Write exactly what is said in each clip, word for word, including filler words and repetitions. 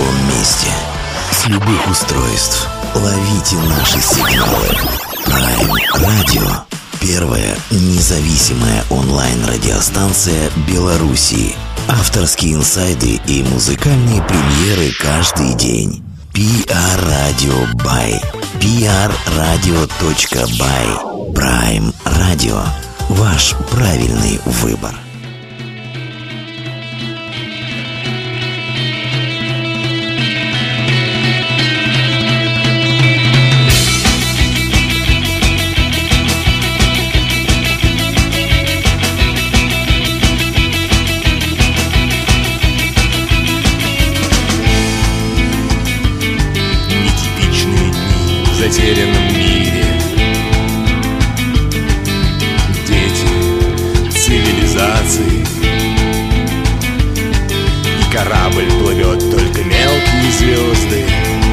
любом месте, с любых устройств. Ловите наши сигналы. Prime Radio. Первая независимая онлайн-радиостанция Белоруссии. Авторские инсайды и музыкальные премьеры каждый день. пи ар Radio by пи ар радио точка бай. Prime Radio. Ваш правильный выбор. В затерянном мире дети цивилизации, и корабль плывет только мелкие звезды.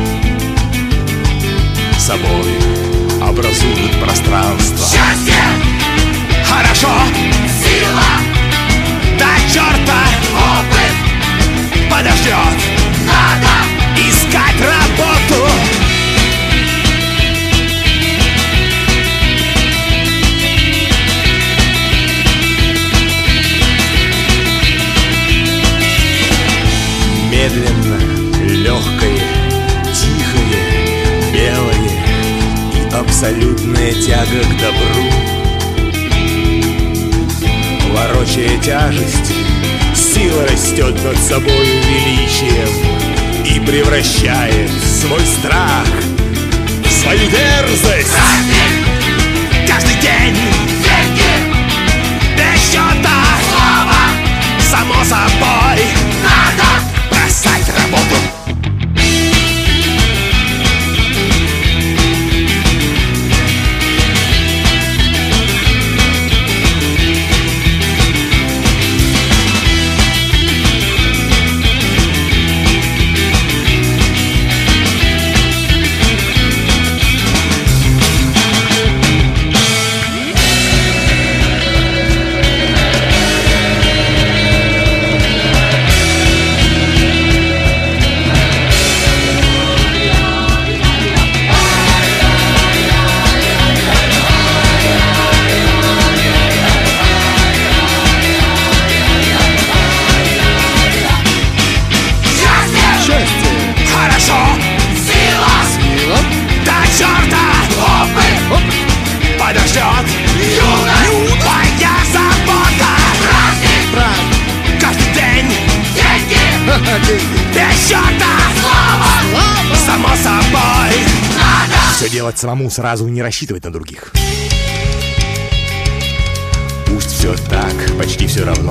Собой образуют пространство. Счастье! Хорошо! Сила! Да черта! Опыт! Подождет! Надо! Искать работу! Медленно, легкое, тихое, белое и абсолютная тяга к добру. Ворочая тяжесть, сила растет над собой величием и превращает свой страх в свою дерзость. Праздник! Каждый день Деньги! без счета, Слава! само собой, Надо! бросать работу. Делать самому, сразу не рассчитывать на других. Пусть все так, почти все равно.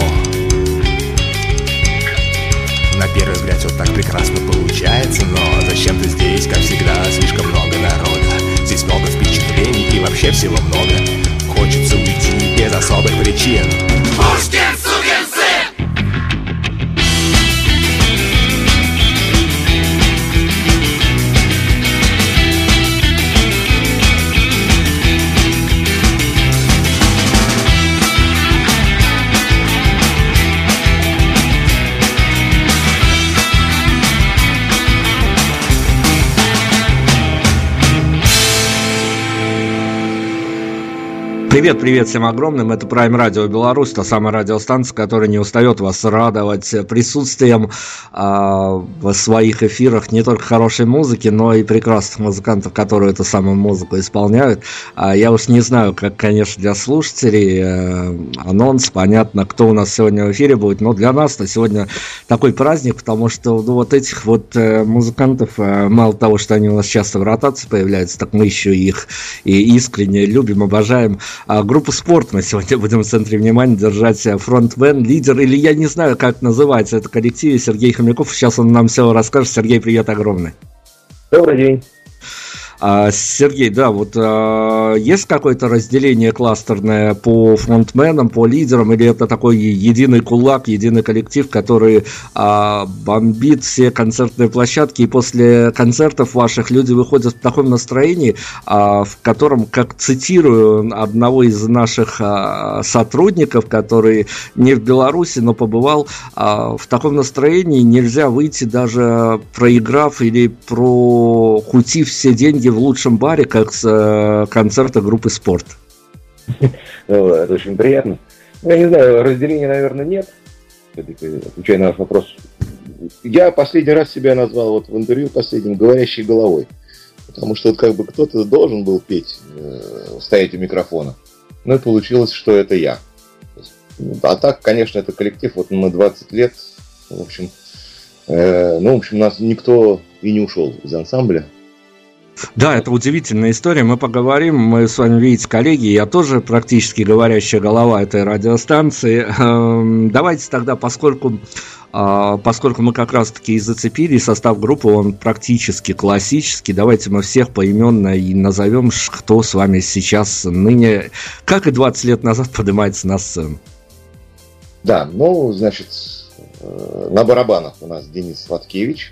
На первый взгляд все так прекрасно получается, но зачем-то здесь, как всегда, слишком много народа. Здесь много впечатлений и вообще всего много. Хочется уйти без особых причин. Пушкин, сукин сын! Привет, привет всем огромным, это Prime Radio Беларусь, та самая радиостанция, которая не устает вас радовать присутствием э, в своих эфирах не только хорошей музыки, но и прекрасных музыкантов, которые эту самую музыку исполняют. А я уж не знаю, как, конечно, для слушателей э, анонс, понятно, кто у нас сегодня в эфире будет, но для нас-то сегодня такой праздник, потому что ну, вот этих вот э, музыкантов, э, мало того, что они у нас часто в ротации появляются, так мы еще их и искренне любим, обожаем. А группу «Спорт» мы сегодня будем в центре внимания держать. Фронтмен, лидер, или я не знаю, как называется это коллектив, Сергей Хомяков. Сейчас он нам все расскажет. Сергей, привет огромный. Добрый день. А, Сергей, да, вот а, есть какое-то разделение кластерное по фронтменам, по лидерам, или это такой единый кулак, единый коллектив, который а, бомбит все концертные площадки, и после концертов ваших люди выходят в таком настроении, а, в котором, как цитирую одного из наших а, сотрудников, который не в Беларуси, но побывал, а, в таком настроении нельзя выйти, даже проиграв или прокутив все деньги в лучшем баре, как с э, концерта группы «Спорт». Ну, это очень приятно. Я не знаю, разделения, наверное, нет. Отвечая на ваш вопрос. Я последний раз себя назвал вот в интервью последним говорящей головой. Потому что вот как бы кто-то должен был петь, э, стоять у микрофона. Но и получилось, что это я. А так, конечно, это коллектив. Вот мы двадцать лет. В общем, э, ну, в общем, у нас никто и не ушел из ансамбля. Да, это удивительная история. Мы поговорим, мы с вами, видите, коллеги, я тоже практически говорящая голова этой радиостанции. Давайте тогда, поскольку, поскольку мы как раз-таки и зацепили состав группы, он практически классический, давайте мы всех поименно и назовем, кто с вами сейчас ныне, как и двадцать лет назад, поднимается на сцену. Да, ну, значит, на барабанах у нас Денис Сладкевич.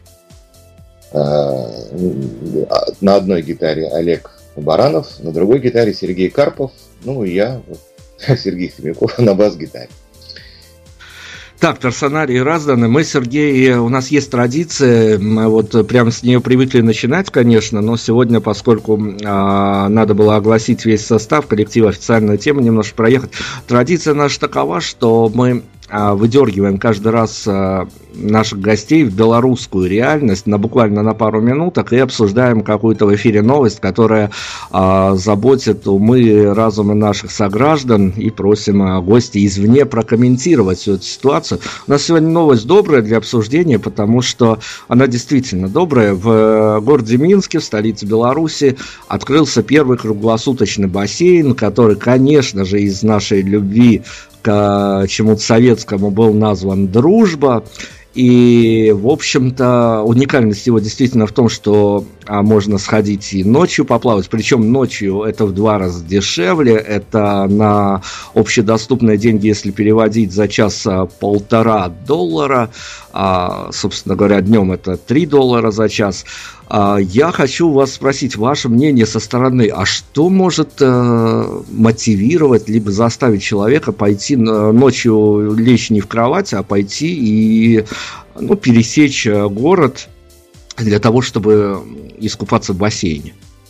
На одной гитаре Олег Баранов, на другой гитаре Сергей Карпов, ну и я, Сергей Хомяков, на бас-гитаре. Так, персоналии разданы. Мы, Сергей, у нас есть традиция, мы вот прямо с нее привыкли начинать, конечно, но сегодня, поскольку а, надо было огласить весь состав коллектива, официальную тему немножко проехать, традиция наша такова, что мы а, выдергиваем каждый раз а, наших гостей в белорусскую реальность на буквально на пару минуток и обсуждаем какую-то в эфире новость, которая а, заботит умы и разумы наших сограждан, и просим а, гостей извне прокомментировать всю эту ситуацию. У нас сегодня новость добрая для обсуждения, потому что она действительно добрая. В городе Минске, в столице Беларуси, открылся первый круглосуточный бассейн, который, конечно же, из нашей любви к чему-то советскому был назван «Дружба». И, в общем-то, уникальность его действительно в том, что а, можно сходить и ночью поплавать. Причем ночью это в два раза дешевле. Это на общедоступные деньги, если переводить, за час а, полтора доллара. А, собственно говоря, днем это три доллара за час. А, я хочу вас спросить ваше мнение со стороны. А что может а, мотивировать, либо заставить человека пойти ночью, лечь не в кровать, а пойти и... ну, пересечь город для того, чтобы искупаться в бассейне?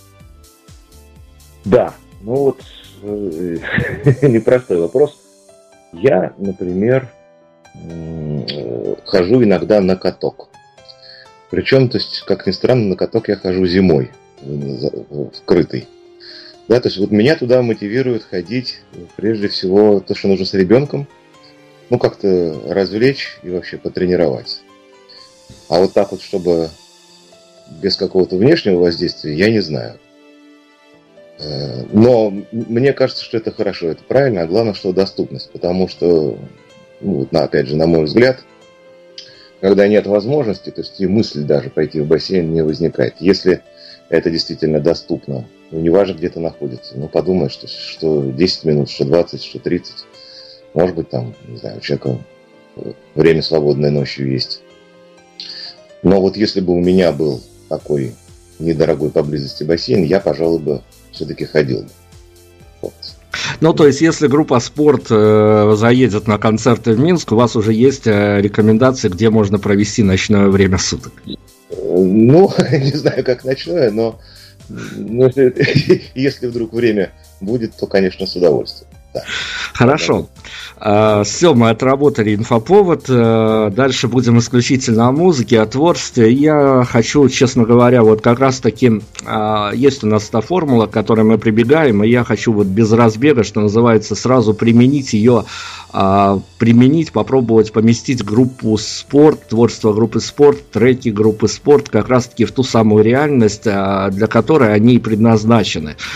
Да, ну вот э, непростой вопрос. Я, например, э, хожу иногда на каток. Причем, то есть, как ни странно, на каток я хожу зимой, вкрытый. Да, то есть вот меня туда мотивирует ходить прежде всего то, что нужно с ребенком. Ну, как-то развлечь и вообще потренировать. А вот так вот, чтобы без какого-то внешнего воздействия, я не знаю. Но мне кажется, что это хорошо, это правильно, а главное, что доступность. Потому что, ну, опять же, на мой взгляд, когда нет возможности, то есть и мысль даже пойти в бассейн не возникает. Если это действительно доступно, ну, неважно, где ты находится, ну, подумай, что, что десять минут, что двадцать, что тридцать. Может быть, там, не знаю, у человека время свободное ночью есть. Но вот если бы у меня был такой недорогой поблизости бассейн, я, пожалуй, бы все-таки ходил бы. Вот. Ну, то есть, если группа «Спорт» э, заедет на концерты в Минск, у вас уже есть э, рекомендации, где можно провести ночное время суток? Ну, не знаю, как ночное, но, но если, если вдруг время будет, то, конечно, с удовольствием. Да. Хорошо. Все, мы отработали инфоповод. Дальше будем исключительно о музыке, о творчестве. Я хочу, честно говоря, вот как раз таки есть у нас та формула, к которой мы прибегаем, и я хочу вот без разбега, что называется, сразу применить ее, применить, попробовать поместить группу «Спорт», творчество группы «Спорт», треки группы «Спорт» как раз таки в ту самую реальность, для которой они и предназначены.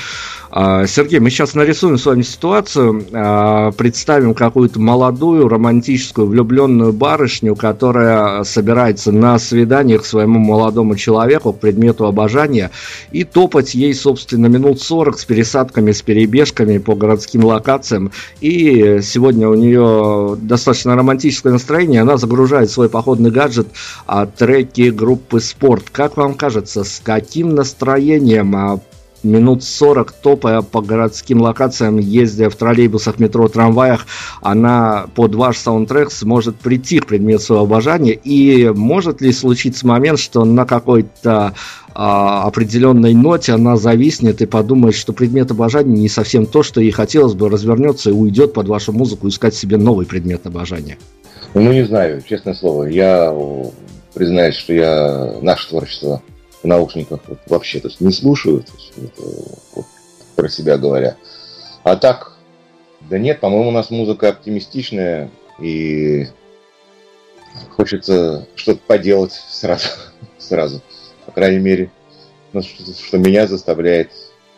Сергей, мы сейчас нарисуем с вами ситуацию, представим какую-то молодую, романтическую, влюбленную барышню, которая собирается на свидание к своему молодому человеку, к предмету обожания, и топать ей, собственно, минут сорок с пересадками, с перебежками по городским локациям. И сегодня у нее достаточно романтическое настроение, она загружает в свой походный гаджет треки группы «Спорт». Как вам кажется, с каким настроением минут сорок топая по городским локациям, ездя в троллейбусах, метро, трамваях, она под ваш саундтрек сможет прийти к предмету своего обожания? И может ли случиться момент, что на какой-то а, определенной ноте она зависнет и подумает, что предмет обожания не совсем то, что ей хотелось бы, развернется и уйдет под вашу музыку искать себе новый предмет обожания? Ну, не знаю, честное слово. Я признаюсь, что я наше творчество в наушниках вот, вообще то есть, не слушаю, то есть, это, вот, про себя говоря. А так, да нет, по-моему, у нас музыка оптимистичная, и хочется что-то поделать сразу, сразу. По крайней мере, ну, что, что меня заставляет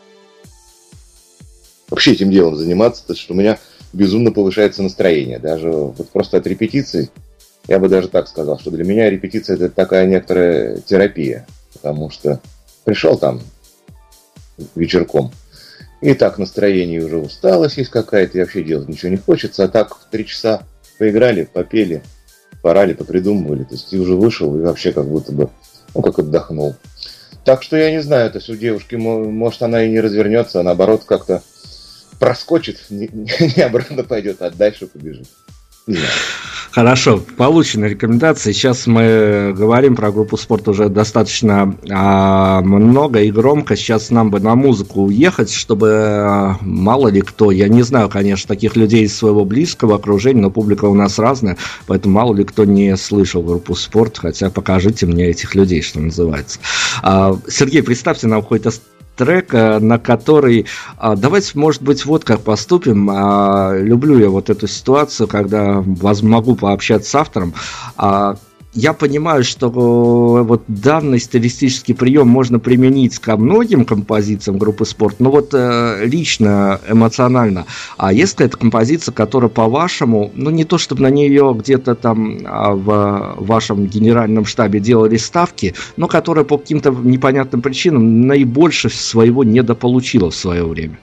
вообще этим делом заниматься, то есть, что у меня безумно повышается настроение. Даже вот просто от репетиций, я бы даже так сказал, что для меня репетиция — это такая некоторая терапия. Потому что пришел там вечерком, и так настроение уже усталость есть какая-то, и вообще делать ничего не хочется, а так в три часа поиграли, попели, порали, попридумывали, то есть и уже вышел, и вообще как будто бы, ну, как отдохнул. Так что я не знаю, то есть у девушки, может, она и не развернется, а наоборот как-то проскочит, не, не обратно пойдет, а дальше побежит. Не знаю. Хорошо, получены рекомендации. Сейчас мы говорим про группу «Спорт» уже достаточно а, много и громко. Сейчас нам бы на музыку уехать, чтобы а, мало ли кто, я не знаю, конечно, таких людей из своего близкого окружения, но публика у нас разная, поэтому мало ли кто не слышал группу «Спорт», хотя покажите мне этих людей, что называется. А, Сергей, представьте нам какой-то трек, на который... Давайте, может быть, вот как поступим. Люблю я вот эту ситуацию, когда могу пообщаться с автором. Я понимаю, что вот данный стилистический прием можно применить ко многим композициям группы «Спорт», но вот лично, эмоционально. А есть какая-то композиция, которая, по-вашему, ну не то чтобы на нее где-то там в вашем генеральном штабе делали ставки, но которая по каким-то непонятным причинам наибольше своего недополучила в свое время?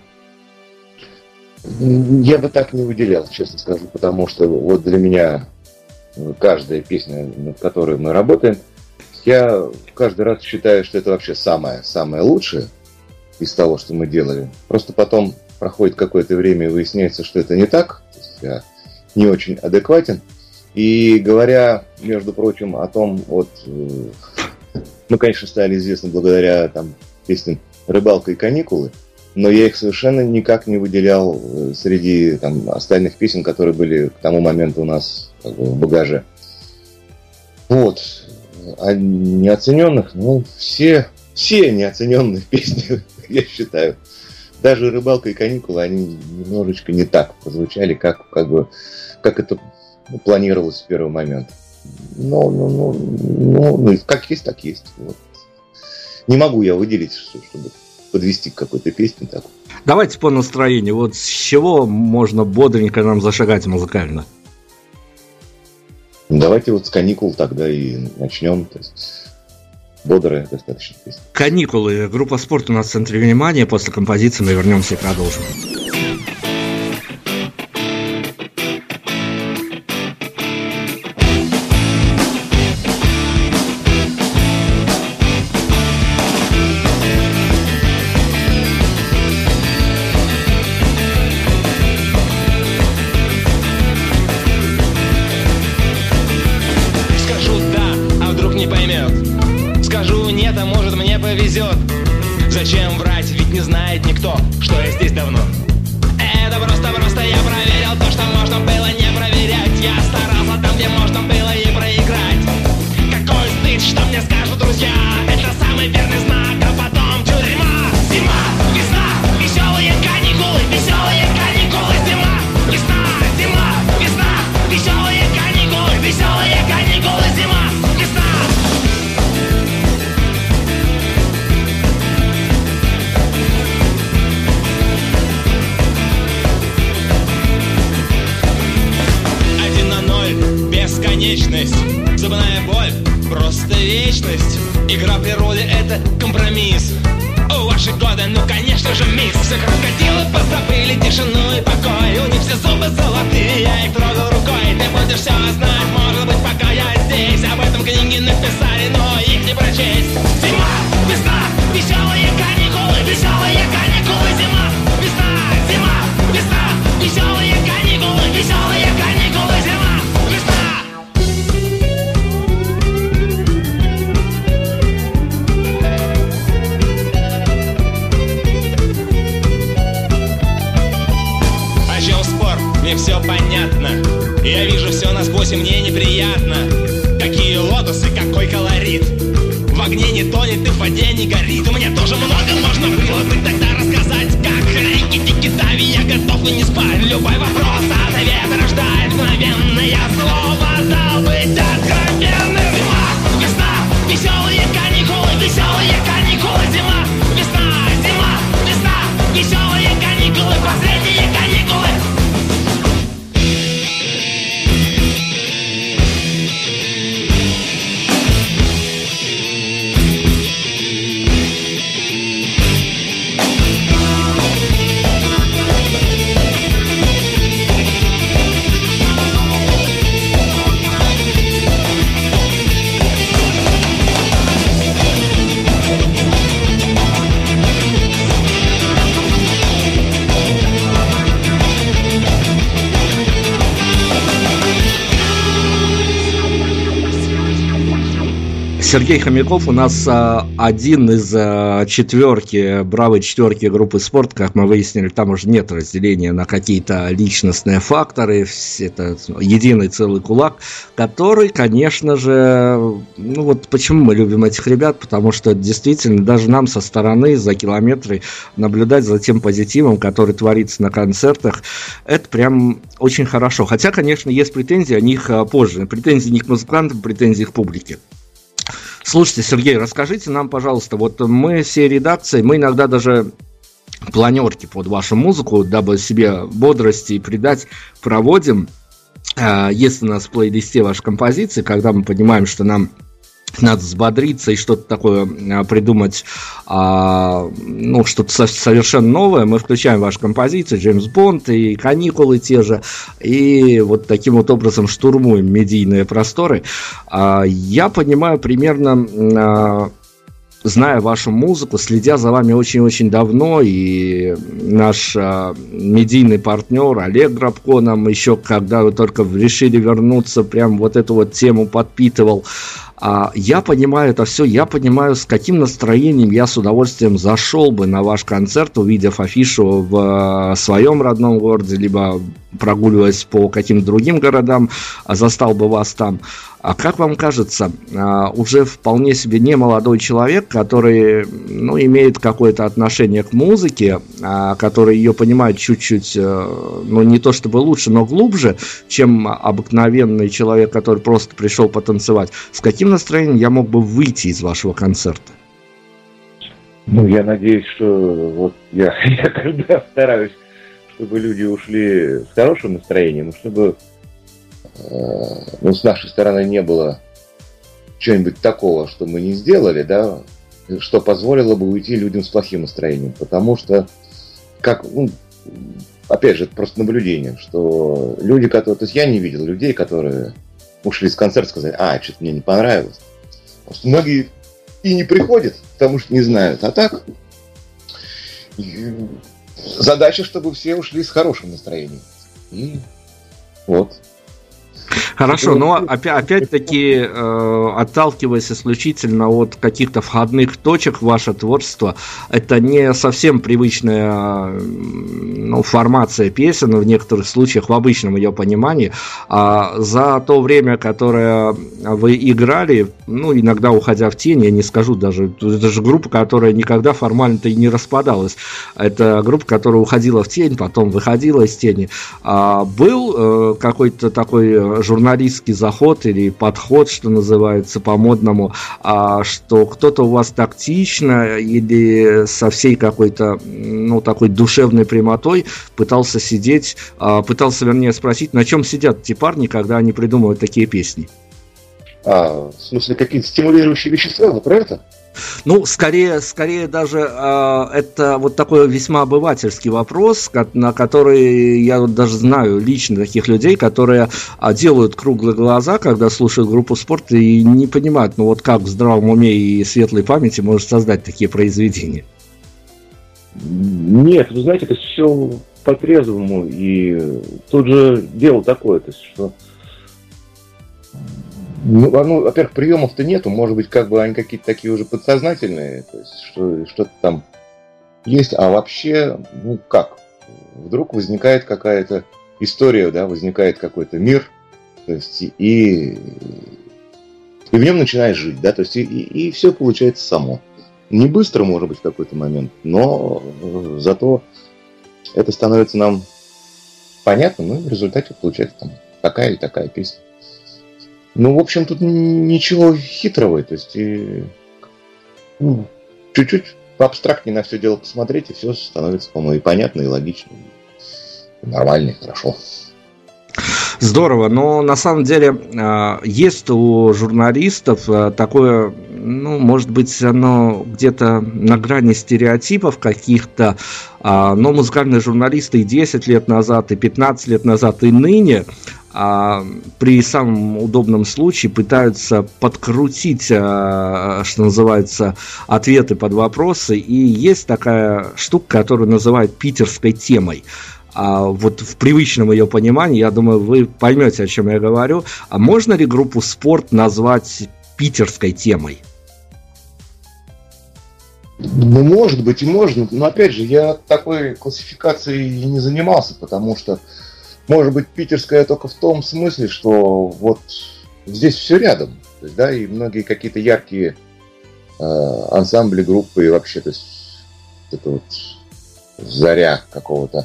Я бы так не выделял, честно скажу, потому что вот для меня... каждая песня, над которой мы работаем, я каждый раз считаю, что это вообще самое-самое лучшее из того, что мы делали. Просто потом проходит какое-то время и выясняется, что это не так. То есть я не очень адекватен. И говоря, между прочим, о том, вот, мы, конечно, стали известны благодаря там, песням «Рыбалка» и «Каникулы», но я их совершенно никак не выделял среди там, остальных песен, которые были к тому моменту у нас как бы, в багаже. Вот. А неоцененных, ну, все, все неоцененные песни, я считаю. Даже «Рыбалка» и «Каникулы», они немножечко не так прозвучали, как, как, бы, как это планировалось в первый момент. Но, ну, ну, ну, ну, как есть, так есть. Вот. Не могу я выделить, чтобы подвести к какой-то песне такой. Давайте по настроению. Вот с чего можно бодренько нам зашагать музыкально? Давайте вот с «Каникул» тогда и начнем. То есть бодрая достаточно песня. «Каникулы». Группа «Спорт» у нас в центре внимания. После композиции мы вернемся и продолжим. Зачем врать, ведь не знает никто, что я здесь давно. Это просто-просто я проверил то, что можно было не проверять. Я старался там, где можно было и проиграть. Какой стыд, что мне скажут друзья. Это самый верный знак, а потом тюрьма. Зима, весна, веселые каникулы, веселые каникулы. Зима, весна, зима, весна, веселые каникулы, веселые каникулы. Зима, весна. Зубная боль, просто вечность. Игра природы — это компромисс. У ваши годы, ну конечно же, мисс. Все крокодилы позабыли тишину и покой. У них все зубы золотые, я их трогал рукой. Ты будешь все знать, может быть, пока я здесь. Об этом книги написали, но их не прочесть. Зима, весна, веселые каникулы, веселые каникулы. Зима, весна, зима, весна, веселые каникулы, веселые каникулы. Зима, весна. Мне все понятно, я вижу все насквозь, и мне неприятно. Какие лотосы, какой колорит. В огне не тонет и в воде не горит. У меня тоже много можно было бы тогда рассказать. Как рейки-тики-тави, я готов и не спать. Любой вопрос ответ рождает мгновенно. Я слово дал быть откровенным. Зима, весна, веселые каникулы, веселые каникулы. Зима, весна, зима, весна, веселые каникулы, последние каникулы. Сергей Хомяков у нас а, один из а, четверки, бравой четверки группы «Спорт». Как мы выяснили, там уже нет разделения на какие-то личностные факторы. Это единый целый кулак, который, конечно же, ну вот почему мы любим этих ребят, потому что действительно даже нам со стороны за километры наблюдать за тем позитивом, который творится на концертах, это прям очень хорошо. Хотя, конечно, есть претензии о них позже. Претензии не к музыкантам, претензии к публике. Слушайте, Сергей, расскажите нам, пожалуйста, вот мы всей редакцией, мы иногда даже планерки под вашу музыку, дабы себе бодрости и придать, проводим. Есть у нас в плейлисте ваши композиции, когда мы понимаем, что нам надо взбодриться и что-то такое придумать, а, ну, что-то совершенно новое, мы включаем ваши композиции, Джеймс Бонд и каникулы те же, и вот таким вот образом штурмуем медийные просторы. А, я понимаю примерно, а, зная вашу музыку, следя за вами очень-очень давно, и наш а, медийный партнер Олег Грабко нам еще, когда вы только решили вернуться, прям вот эту вот тему подпитывал. А я понимаю это все, я понимаю, с каким настроением я с удовольствием зашел бы на ваш концерт, увидев афишу в своем родном городе, либо прогуливаясь по каким-то другим городам, застал бы вас там. А как вам кажется, уже вполне себе не молодой человек, который, ну, имеет какое-то отношение к музыке, который ее понимает чуть-чуть, ну, не то чтобы лучше, но глубже, чем обыкновенный человек, который просто пришел потанцевать, с каким настроением я мог бы выйти из вашего концерта? Ну, я надеюсь, что вот я, я когда стараюсь, чтобы люди ушли с хорошим настроением, чтобы э, ну, с нашей стороны не было чего-нибудь такого, что мы не сделали, да, что позволило бы уйти людям с плохим настроением. Потому что, как, ну, опять же, это просто наблюдение, что люди, которые... То есть я не видел людей, которые ушли с концерта и сказали: а, что-то мне не понравилось. Потому что многие и не приходят, потому что не знают. А так... Задача, чтобы все ушли с хорошим настроением. И вот. Хорошо, но опять-таки, э, отталкиваясь исключительно от каких-то входных точек в ваше творчество, это не совсем привычная, ну, формация песен, в некоторых случаях в обычном ее понимании. А за то время, которое вы играли, ну, иногда уходя в тень, я не скажу даже, это же группа, которая никогда формально-то и не распадалась. Это группа, которая уходила в тень, потом выходила из тени. А был э, какой-то такой журналистский заход или подход, что называется, по-модному, а, что кто-то у вас тактично или со всей какой-то, ну, такой душевной прямотой пытался сидеть, а, пытался, вернее, спросить, на чем сидят эти парни, когда они придумывают такие песни? А, в смысле, какие-то стимулирующие вещества, вы про это? Ну, скорее, скорее даже э, это вот такой весьма обывательский вопрос, на который я вот даже знаю лично таких людей, которые а, делают круглые глаза, когда слушают группу «Спорт» и не понимают, ну вот как в здравом уме и светлой памяти может создать такие произведения. Нет, вы знаете, это все по-трезвому, и тут же дело такое, то есть, что Ну, ну, во-первых, приемов-то нету, может быть, как бы они какие-то такие уже подсознательные, то есть что, что-то там есть, а вообще, ну как, вдруг возникает какая-то история, да, возникает какой-то мир, то есть и, и в нем начинаешь жить, да, то есть и, и, и все получается само. Не быстро, может быть, в какой-то момент, но зато это становится нам понятно, ну и в результате получается там такая или такая песня. Ну, в общем, тут ничего хитрого, то есть и, ну, чуть-чуть поабстрактнее на все дело посмотреть, и все становится, по-моему, и понятно, и логично, и нормально, и хорошо. Здорово, но на самом деле есть у журналистов такое, ну, может быть, оно где-то на грани стереотипов каких-то, но музыкальные журналисты и десять лет назад, и пятнадцать лет назад, и ныне при самом удобном случае пытаются подкрутить, что называется, ответы под вопросы, и есть такая штука, которую называют питерской темой. А вот в привычном ее понимании, я думаю, вы поймете, о чем я говорю. А можно ли группу «Спорт» назвать питерской темой? Ну, может быть, и можно. Но, опять же, я такой классификацией не занимался, потому что, может быть, питерская только в том смысле, что вот здесь все рядом. То есть, да, и многие какие-то яркие э, ансамбли, группы, и вообще, то есть, это вот заря какого-то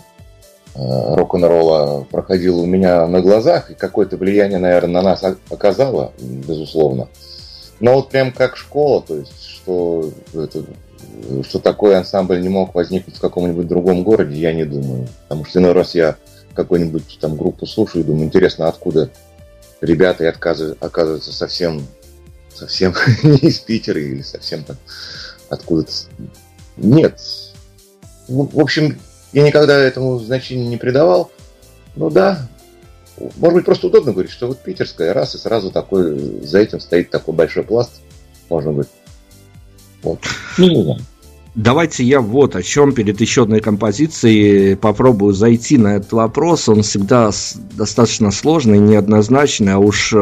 рок-н-ролла проходила у меня на глазах, и какое-то влияние, наверное, на нас оказало, безусловно. Но вот прям как школа, то есть, что, это, что такой ансамбль не мог возникнуть в каком-нибудь другом городе, я не думаю. Потому что иной раз я какую-нибудь там группу слушаю и думаю, интересно, откуда ребята и оказываются совсем, совсем не из Питера или совсем там откуда-то. Нет. В общем, я никогда этому значения не придавал. Ну да, может быть, просто удобно говорить, что вот питерская раз, и сразу такой, за этим стоит такой большой пласт, может быть. Вот. Ну, не знаю. Давайте я вот о чем перед еще одной композицией попробую зайти на этот вопрос. Он всегда достаточно сложный, неоднозначный, а уж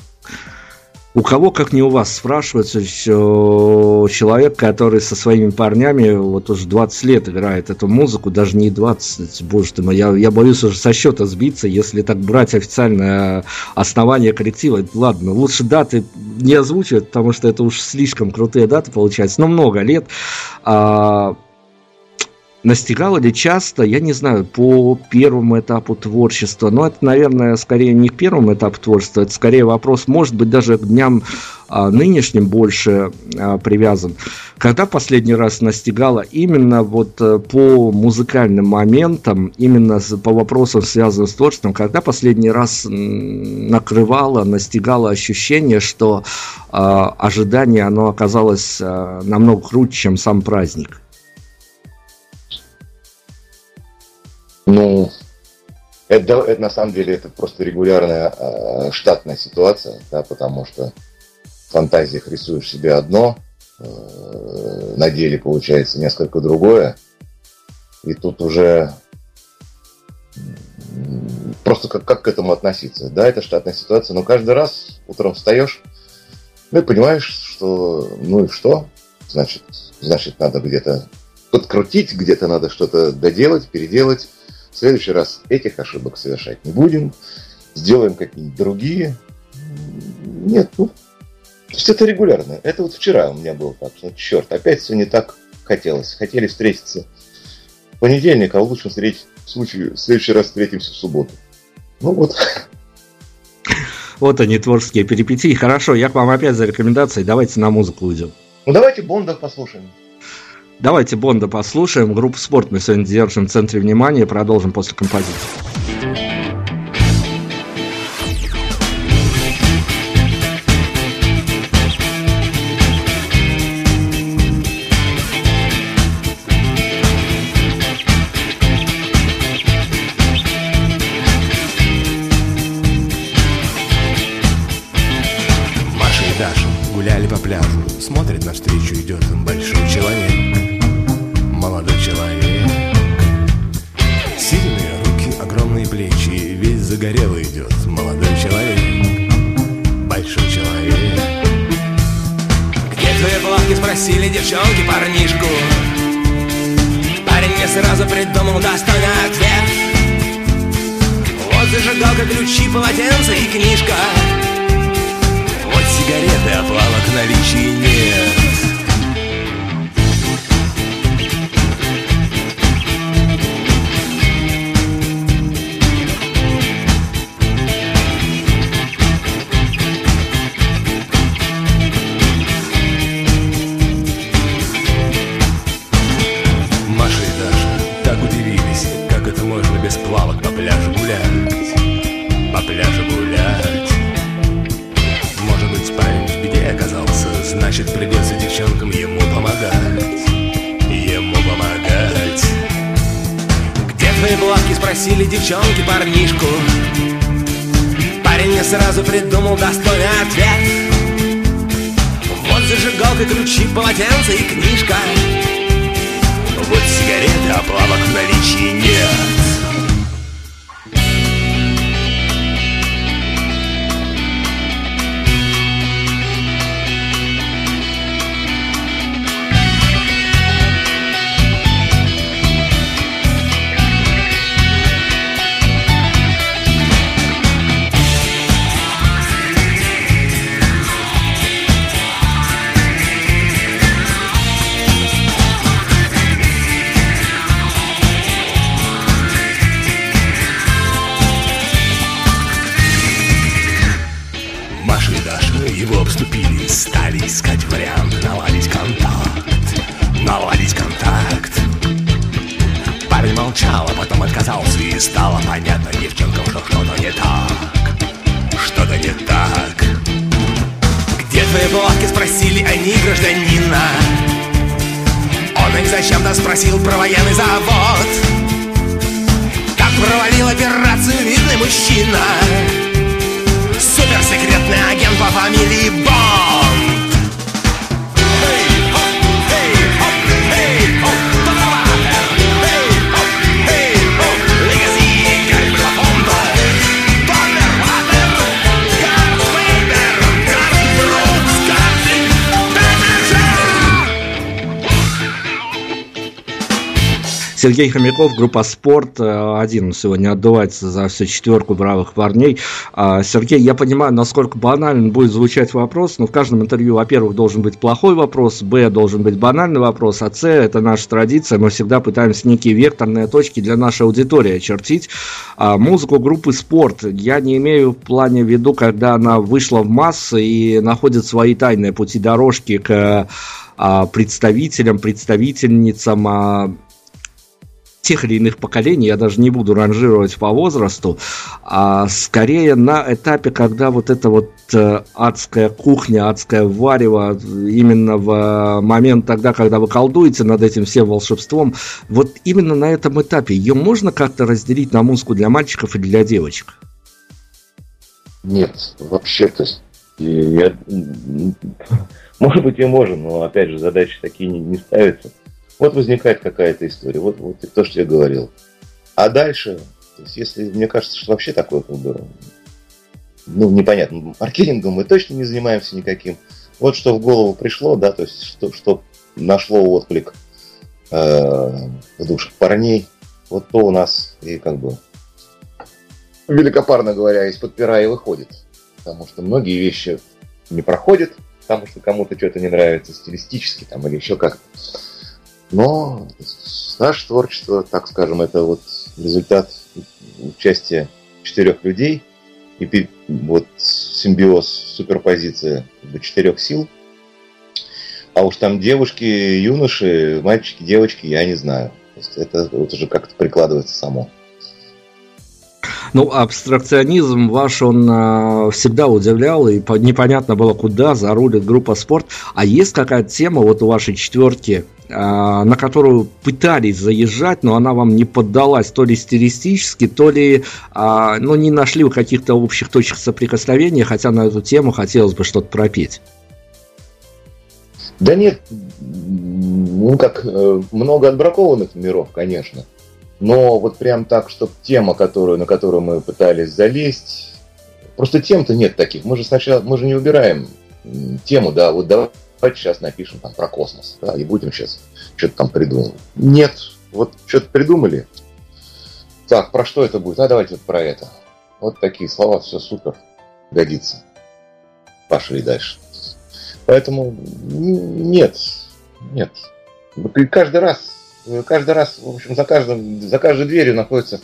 у кого, как не у вас, спрашивается человек, который со своими парнями вот уже двадцать лет играет эту музыку, даже не двадцать, боже ты мой, я, я боюсь уже со счета сбиться, если так брать официальное основание коллектива. Ладно, лучше даты не озвучивать, потому что это уж слишком крутые даты получаются, но много лет. А, настигало ли часто, я не знаю, по первому этапу творчества, но это, наверное, скорее не к первому этапу творчества, это скорее вопрос, может быть, даже к дням а, нынешним больше а, привязан. Когда последний раз настигало именно вот а, по музыкальным моментам, именно по вопросам, связанным с творчеством, когда последний раз накрывало, настигало ощущение, что а, ожидание, оно оказалось а, намного круче, чем сам праздник? Ну, это, это на самом деле это просто регулярная э, штатная ситуация, да, потому что в фантазиях рисуешь себе одно, э, на деле получается несколько другое, и тут уже просто как, как к этому относиться. Да, это штатная ситуация, но каждый раз утром встаешь, ну и понимаешь, что ну и что, значит, значит надо где-то подкрутить, где-то надо что-то доделать, переделать. В следующий раз этих ошибок совершать не будем. Сделаем какие-нибудь другие. Нет, ну, то есть это регулярно. Это вот вчера у меня было так, что черт, опять все не так хотелось. Хотели встретиться в понедельник, а в лучшем случае в следующий раз встретимся в субботу. Ну вот. Вот они, творческие перипетии. Хорошо, я к вам опять за рекомендацией. Давайте на музыку уйдем. Ну давайте Бонда послушаем. Давайте Бонда послушаем. Группу «Спорт» мы сегодня держим в центре внимания. Продолжим после композиции. гуляли по пляжу, смотрит навстречу, идет большой человек, молодой человек. Сильные руки, огромные плечи, весь загорелый идет молодой человек, большой человек. Где твои плавки, спросили девчонки парнишку. Парень не сразу придумал достойный ответ. Вот зажигалка, ключи, полотенце и книжка. Вот сигареты, а плавок в наличии нет. Без плавок по пляжу гулять, по пляжу гулять. Может быть, парень в беде оказался, значит, придется девчонкам ему помогать, ему помогать. Где твои плавки, спросили девчонки парнишку. Парень не сразу придумал достойный ответ. Вот зажигалка, ключи, полотенце и книжка. Вот сигареты, а плавок в наличии нет. Его обступили, стали искать вариант наладить контакт, наладить контакт. Парень молчал, а потом отказался, и стало понятно девчонкам, что что-то не так, что-то не так. Где твои плавки, спросили они гражданина. Он их зачем-то спросил про военный завод. Как провалил операцию видный мужчина, суперсекретный агент по фамилии Бонд. Сергей Хомяков, группа «Спорт», один сегодня отдувается за всю четверку бравых парней. Сергей, я понимаю, насколько банально будет звучать вопрос, но в каждом интервью, во-первых, должен быть плохой вопрос, б, должен быть банальный вопрос, а с, это наша традиция, мы всегда пытаемся некие векторные точки для нашей аудитории очертить. Музыку группы «Спорт» я не имею в плане в виду, когда она вышла в массы и находит свои тайные пути дорожки к представителям, представительницам тех или иных поколений, я даже не буду ранжировать по возрасту, а скорее на этапе, когда вот эта вот э, адская кухня, адское варево, именно в момент тогда, когда вы колдуете над этим всем волшебством, вот именно на этом этапе ее можно как-то разделить на музыку для мальчиков и для девочек? Нет, вообще-то я... может быть и можем, но опять же задачи такие не, не ставятся. Вот возникает какая-то история, вот, вот то, что я говорил. А дальше, то есть, если мне кажется, что вообще такое, как бы, ну, непонятно, маркетингом мы точно не занимаемся никаким. Вот что в голову пришло, да, то есть, что, что нашло отклик э, в душах парней, вот то у нас и как бы, великопарно говоря, из-под пера и выходит. Потому что многие вещи не проходят, потому что кому-то что-то не нравится стилистически там, или еще как-то. Но наше творчество, так скажем, это вот результат участия четырех людей и вот симбиоз, суперпозиция четырех сил. А уж там девушки, юноши, мальчики, девочки, я не знаю. То есть это вот уже как-то прикладывается само. Ну, абстракционизм ваш, он а, всегда удивлял, и по, непонятно было, куда зарулит группа «Спорт». А есть какая-то тема вот у вашей четверки, а, на которую пытались заезжать, но она вам не поддалась, то ли стилистически, то ли а, ну, не нашли вы каких-то общих точек соприкосновения, хотя на эту тему хотелось бы что-то пропеть? Да нет, ну как, много отбракованных номеров, конечно. Но вот прям так, чтобы тема, которую, на которую мы пытались залезть, просто тем-то нет таких. Мы же сначала, мы же не выбираем тему, да, вот давайте сейчас напишем там про космос, да, и будем сейчас что-то там придумывать. Нет, вот что-то придумали. Так, про что это будет? А давайте вот про это. Вот такие слова, все супер, годится. Пошли дальше. Поэтому нет, нет. И каждый раз, каждый раз, в общем, за, каждым, за каждой дверью находится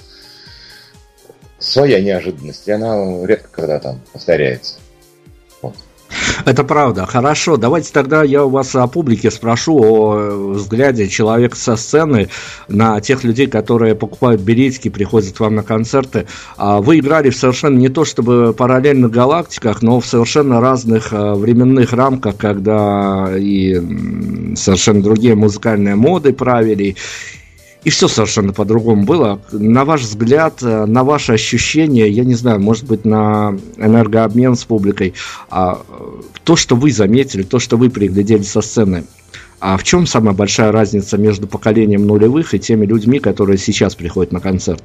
своя неожиданность, и она редко когда там повторяется. Вот. Это правда. Хорошо, давайте тогда я у вас о публике спрошу, о взгляде человека со сцены на тех людей, которые покупают билетики, приходят к вам на концерты. Вы играли в совершенно не то чтобы параллельных галактиках, но в совершенно разных временных рамках, когда и совершенно другие музыкальные моды правили. И все совершенно по-другому было. На ваш взгляд, на ваши ощущения, я не знаю, может быть, на энергообмен с публикой, а, то, что вы заметили, то, что вы приглядели со сцены, а в чем самая большая разница между поколением нулевых и теми людьми, которые сейчас приходят на концерт?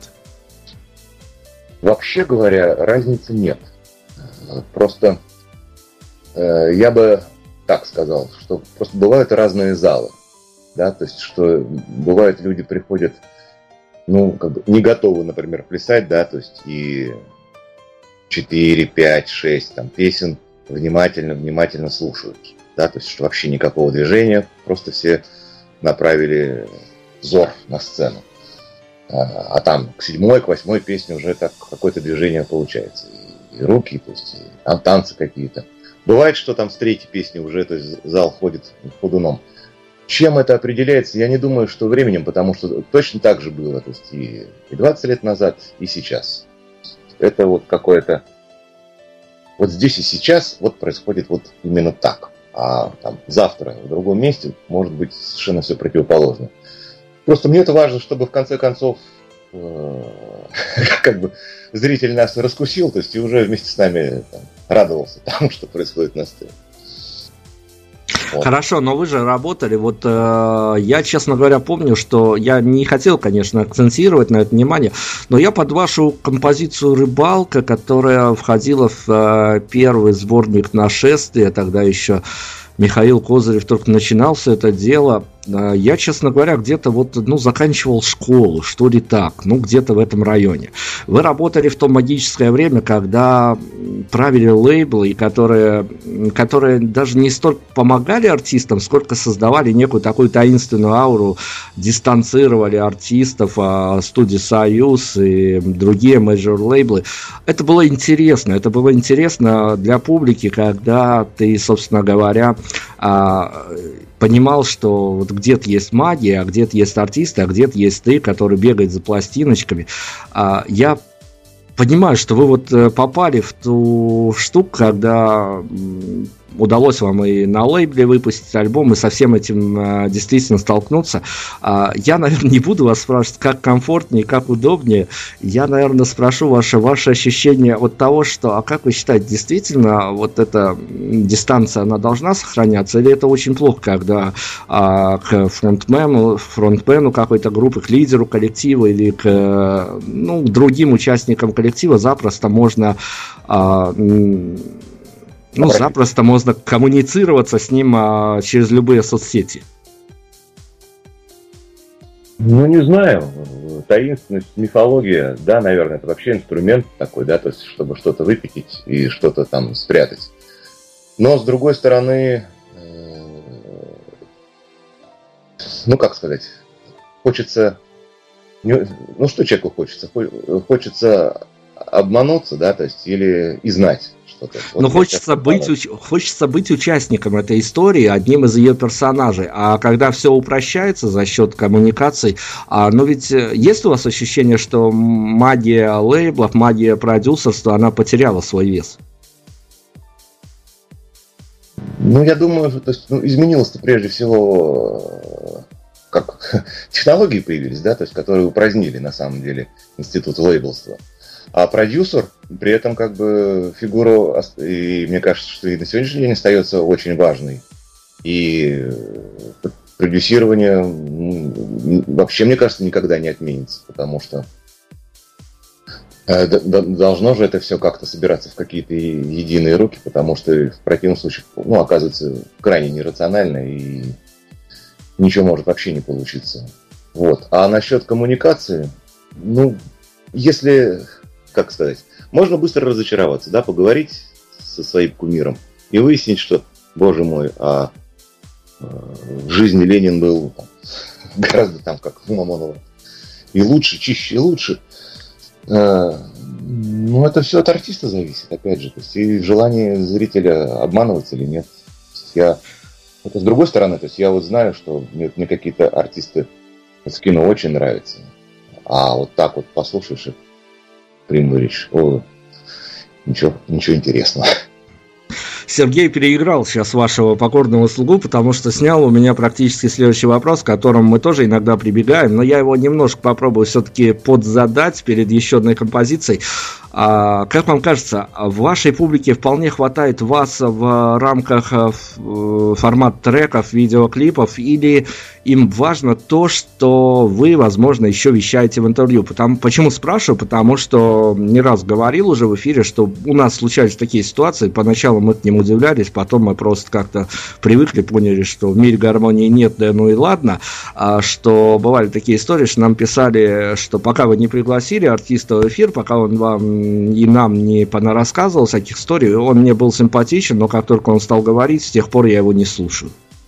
Вообще говоря, разницы нет. Просто э, я бы так сказал, что просто бывают разные залы. Да, то есть, что бывает, люди приходят, ну, как бы не готовы, например, плясать, да, то есть, и четыре, пять, шесть там песен внимательно, внимательно слушают, да, то есть, что вообще никакого движения, просто все направили взор на сцену. А, а там к седьмой, к восьмой песне уже так какое-то движение получается. И, и руки, то есть, и там танцы какие-то. Бывает, что там с третьей песни уже, то есть, зал ходит ходуном. Чем это определяется, я не думаю, что временем, потому что точно так же было, то есть и двадцать лет назад, и сейчас. Это вот какое-то... Вот здесь и сейчас вот происходит вот именно так. А там завтра в другом месте может быть совершенно все противоположно. Просто мне это важно, чтобы в конце концов как бы зритель нас раскусил, то есть и уже вместе с нами там радовался тому, что происходит на сцене. Хорошо, но вы же работали, вот э, я, честно говоря, помню, что я не хотел, конечно, акцентировать на это внимание, но я под вашу композицию «Рыбалка», которая входила в э, первый сборник «Нашествия», тогда еще Михаил Козырев только начинал все это дело, э, я, честно говоря, где-то вот, ну, заканчивал школу, что ли так, ну, где-то в этом районе. Вы работали в то магическое время, когда правили лейблы, которые, которые даже не столько помогали артистам, сколько создавали некую такую таинственную ауру, дистанцировали артистов, студии «Союз» и другие мейджор-лейблы. Это было интересно, это было интересно для публики, когда ты, собственно говоря, понимал, что вот где-то есть магия, а где-то есть артисты, а где-то есть ты, который бегает за пластиночками. Я понимаю, что вы вот попали в ту штуку, когда удалось вам и на лейбле выпустить альбом, и со всем этим а, действительно столкнуться. А, я, наверное, не буду вас спрашивать, как комфортнее, как удобнее. Я, наверное, спрошу ваше, ваше ощущение от того, что, а как вы считаете, действительно вот эта дистанция, она должна сохраняться, или это очень плохо, когда а, к фронтмену, фронтмену какой-то группы, к лидеру коллектива или к, ну, другим участникам коллектива запросто можно... А, Ну, запросто можно коммуницироваться с ним а, через любые соцсети. Ну, не знаю. Таинственность, мифология, да, наверное, это вообще инструмент такой, да, то есть, чтобы что-то выпятить и что-то там спрятать. Но, с другой стороны, ну, как сказать, хочется... Ну, что человеку хочется? Хочется обмануться, да, то есть, или и знать. Вот. Но хочется быть, уч... хочется быть участником этой истории, одним из ее персонажей. А когда все упрощается за счет коммуникаций, а, ну ведь есть у вас ощущение, что магия лейблов, магия продюсерства, она потеряла свой вес? Ну, я думаю, то есть, ну, изменилось-то прежде всего, как технологии появились, да, то есть, которые упразднили на самом деле институт лейблства. А продюсер, при этом как бы фигура, и мне кажется, что и на сегодняшний день остается очень важной. И продюсирование вообще, мне кажется, никогда не отменится, потому что должно же это все как-то собираться в какие-то единые руки, потому что в противном случае, ну, оказывается крайне нерационально и ничего может вообще не получиться. Вот. А насчет коммуникации, ну, если, как сказать, можно быстро разочароваться, да, поговорить со своим кумиром и выяснить, что, боже мой, а в жизни Ленин был там, гораздо там, как у Мамонова, и лучше, чище, и лучше. Ну, это все от артиста зависит, опять же. То есть, и желание зрителя обманывать или нет. Я, это с другой стороны, то есть я вот знаю, что мне, мне какие-то артисты в кино очень нравятся. А вот так вот послушаешь их прямую речь, о, ничего, ничего интересного. Сергей переиграл сейчас вашего покорного слугу, потому что снял у меня практически следующий вопрос, к которому мы тоже иногда прибегаем, но я его немножко попробую все-таки подзадать перед еще одной композицией. А, как вам кажется, в вашей публике вполне хватает вас в рамках формат треков, видеоклипов, или им важно то, что вы, возможно, еще вещаете в интервью? Потому, почему спрашиваю? Потому что не раз говорил уже в эфире, что у нас случались такие ситуации, поначалу мы к ним удивлялись, потом мы просто как-то привыкли, поняли, что в мире гармонии нет, да ну и ладно, а что бывали такие истории, что нам писали, что пока вы не пригласили артиста в эфир, пока он вам и нам не понарассказывал всяких историй, он мне был симпатичен, но как только он стал говорить, с тех пор я его не слушаю.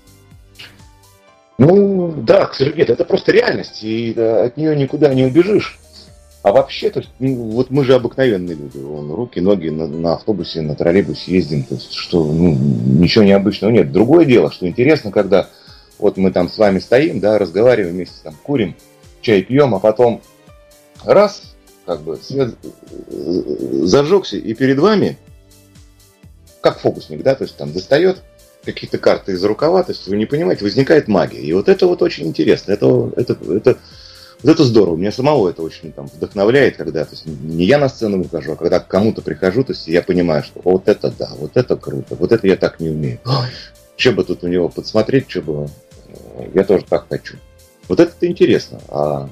Ну, да, к сожалению, это просто реальность, и да, от нее никуда не убежишь. А вообще, то есть, ну, вот мы же обыкновенные люди, вон, руки, ноги на, на автобусе, на троллейбусе ездим, то есть, что, ну, ничего необычного нет. Другое дело, что интересно, когда вот мы там с вами стоим, да, разговариваем вместе, там, курим, чай пьем, а потом раз, как бы, свет зажегся, и перед вами, как фокусник, да, то есть, там, достает какие-то карты из рукава, то есть, вы не понимаете, возникает магия. И вот это вот очень интересно, это, это, это Вот это здорово, меня самого это очень там вдохновляет, когда, то есть, не я на сцену выхожу, а когда к кому-то прихожу, то есть я понимаю, что вот это да, вот это круто, вот это я так не умею. Что бы тут у него подсмотреть, что бы я тоже так хочу. Вот это-то интересно. А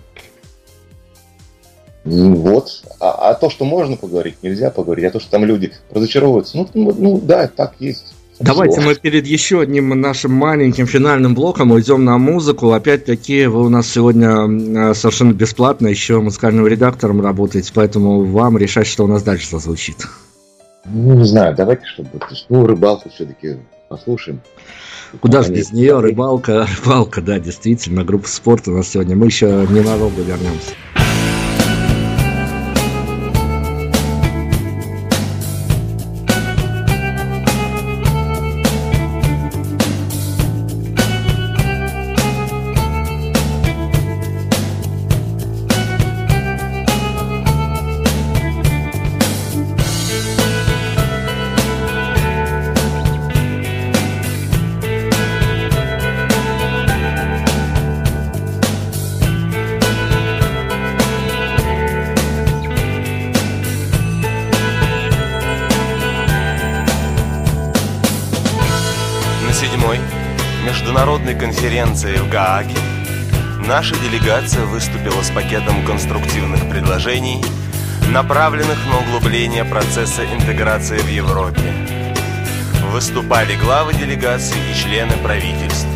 ну, вот. А, а то, что можно поговорить, нельзя поговорить, а то, что там люди разочаровываются, ну, ну, ну да, так есть. Давайте мы перед еще одним нашим маленьким финальным блоком уйдем на музыку. Опять-таки, вы у нас сегодня совершенно бесплатно еще музыкальным редактором работаете, поэтому вам решать, что у нас дальше зазвучит. Ну, не знаю, давайте, чтобы... Ну, рыбалку все-таки послушаем. Куда же без нее? Рыбалка, рыбалка, да, действительно, группа спорта у нас сегодня. Мы еще ненадолго вернемся. Международной конференции в Гааге наша делегация выступила с пакетом конструктивных предложений, направленных на углубление процесса интеграции в Европе. Выступали главы делегаций и члены правительств.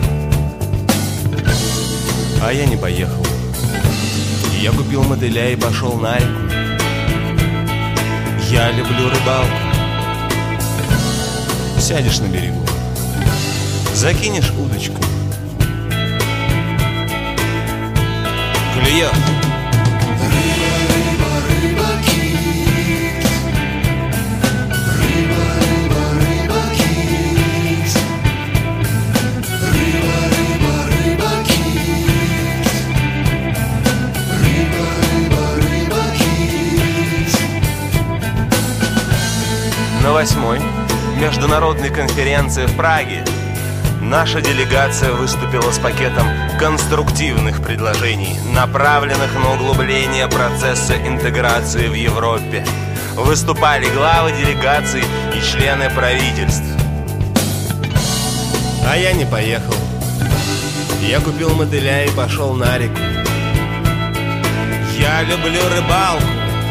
А я не поехал. Я купил мотыля и пошел на реку. Я люблю рыбалку. Сядешь на берегу, закинешь удочку. Клюет. Рыба, рыба, рыба, кит. Рыба, рыба, рыба, кит. Рыба, рыба, рыба, кит. Рыба, рыба, рыба, кит. На восьмой международной конференции в Праге наша делегация выступила с пакетом конструктивных предложений, направленных на углубление процесса интеграции в Европе. Выступали главы делегаций и члены правительств. А я не поехал. Я купил мотыля и пошел на реку. Я люблю рыбалку.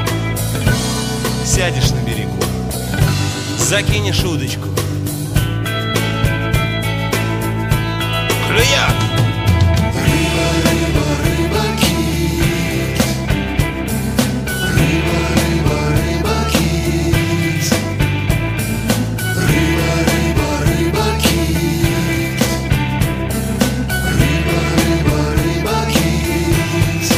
Сядешь на берегу, закинешь удочку. Клюет! Рыба, рыба, рыба, кит. Рыба, рыба, рыба, кит. Рыба, рыба, рыба, кит. Рыба, рыба, рыба, кит.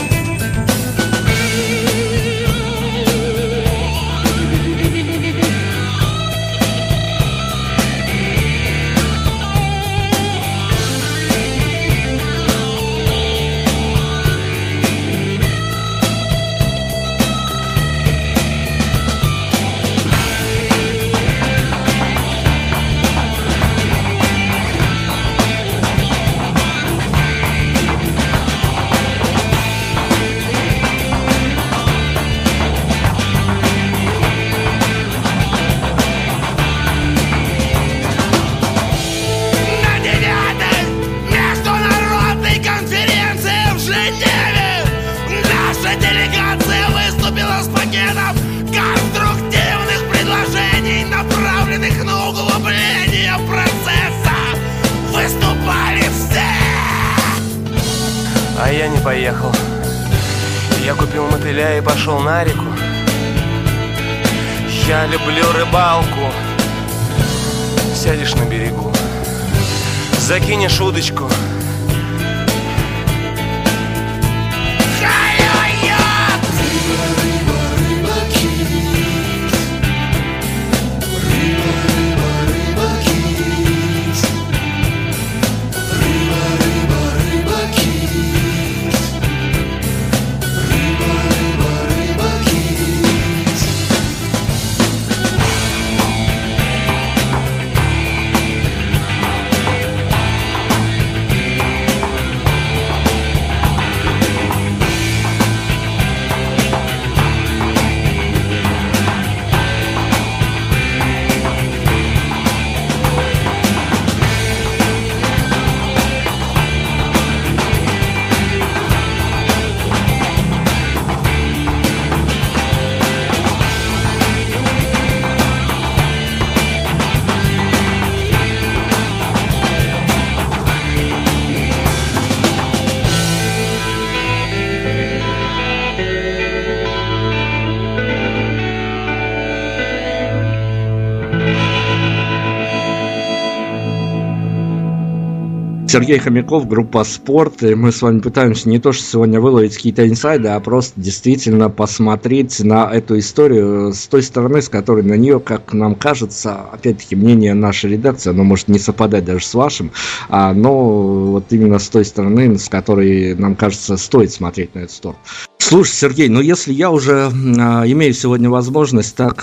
На девятой международной конференции в Женеве наша делегация выступила с пакетом конструктивных предложений, направленных на углубление процесса. Выступали все! А я не поехал. Я купил мотыля и пошел на реку. Я люблю рыбалку. Сядешь на берегу, закинешь удочку. Хай-ой-ой! Рыба, рыба, рыба, кит. Рыба, рыба, рыба, кит. Рыба, рыба, рыба, кит. Рыба, рыба, рыба, кит. Сергей Хомяков, группа «Спорт», и мы с вами пытаемся не то, что сегодня выловить какие-то инсайды, а просто действительно посмотреть на эту историю с той стороны, с которой на нее, как нам кажется, опять-таки мнение нашей редакции, оно может не совпадать даже с вашим, а, но вот именно с той стороны, с которой, нам кажется, стоит смотреть на эту сторону. Слушай, Сергей, ну если я уже э, имею сегодня возможность так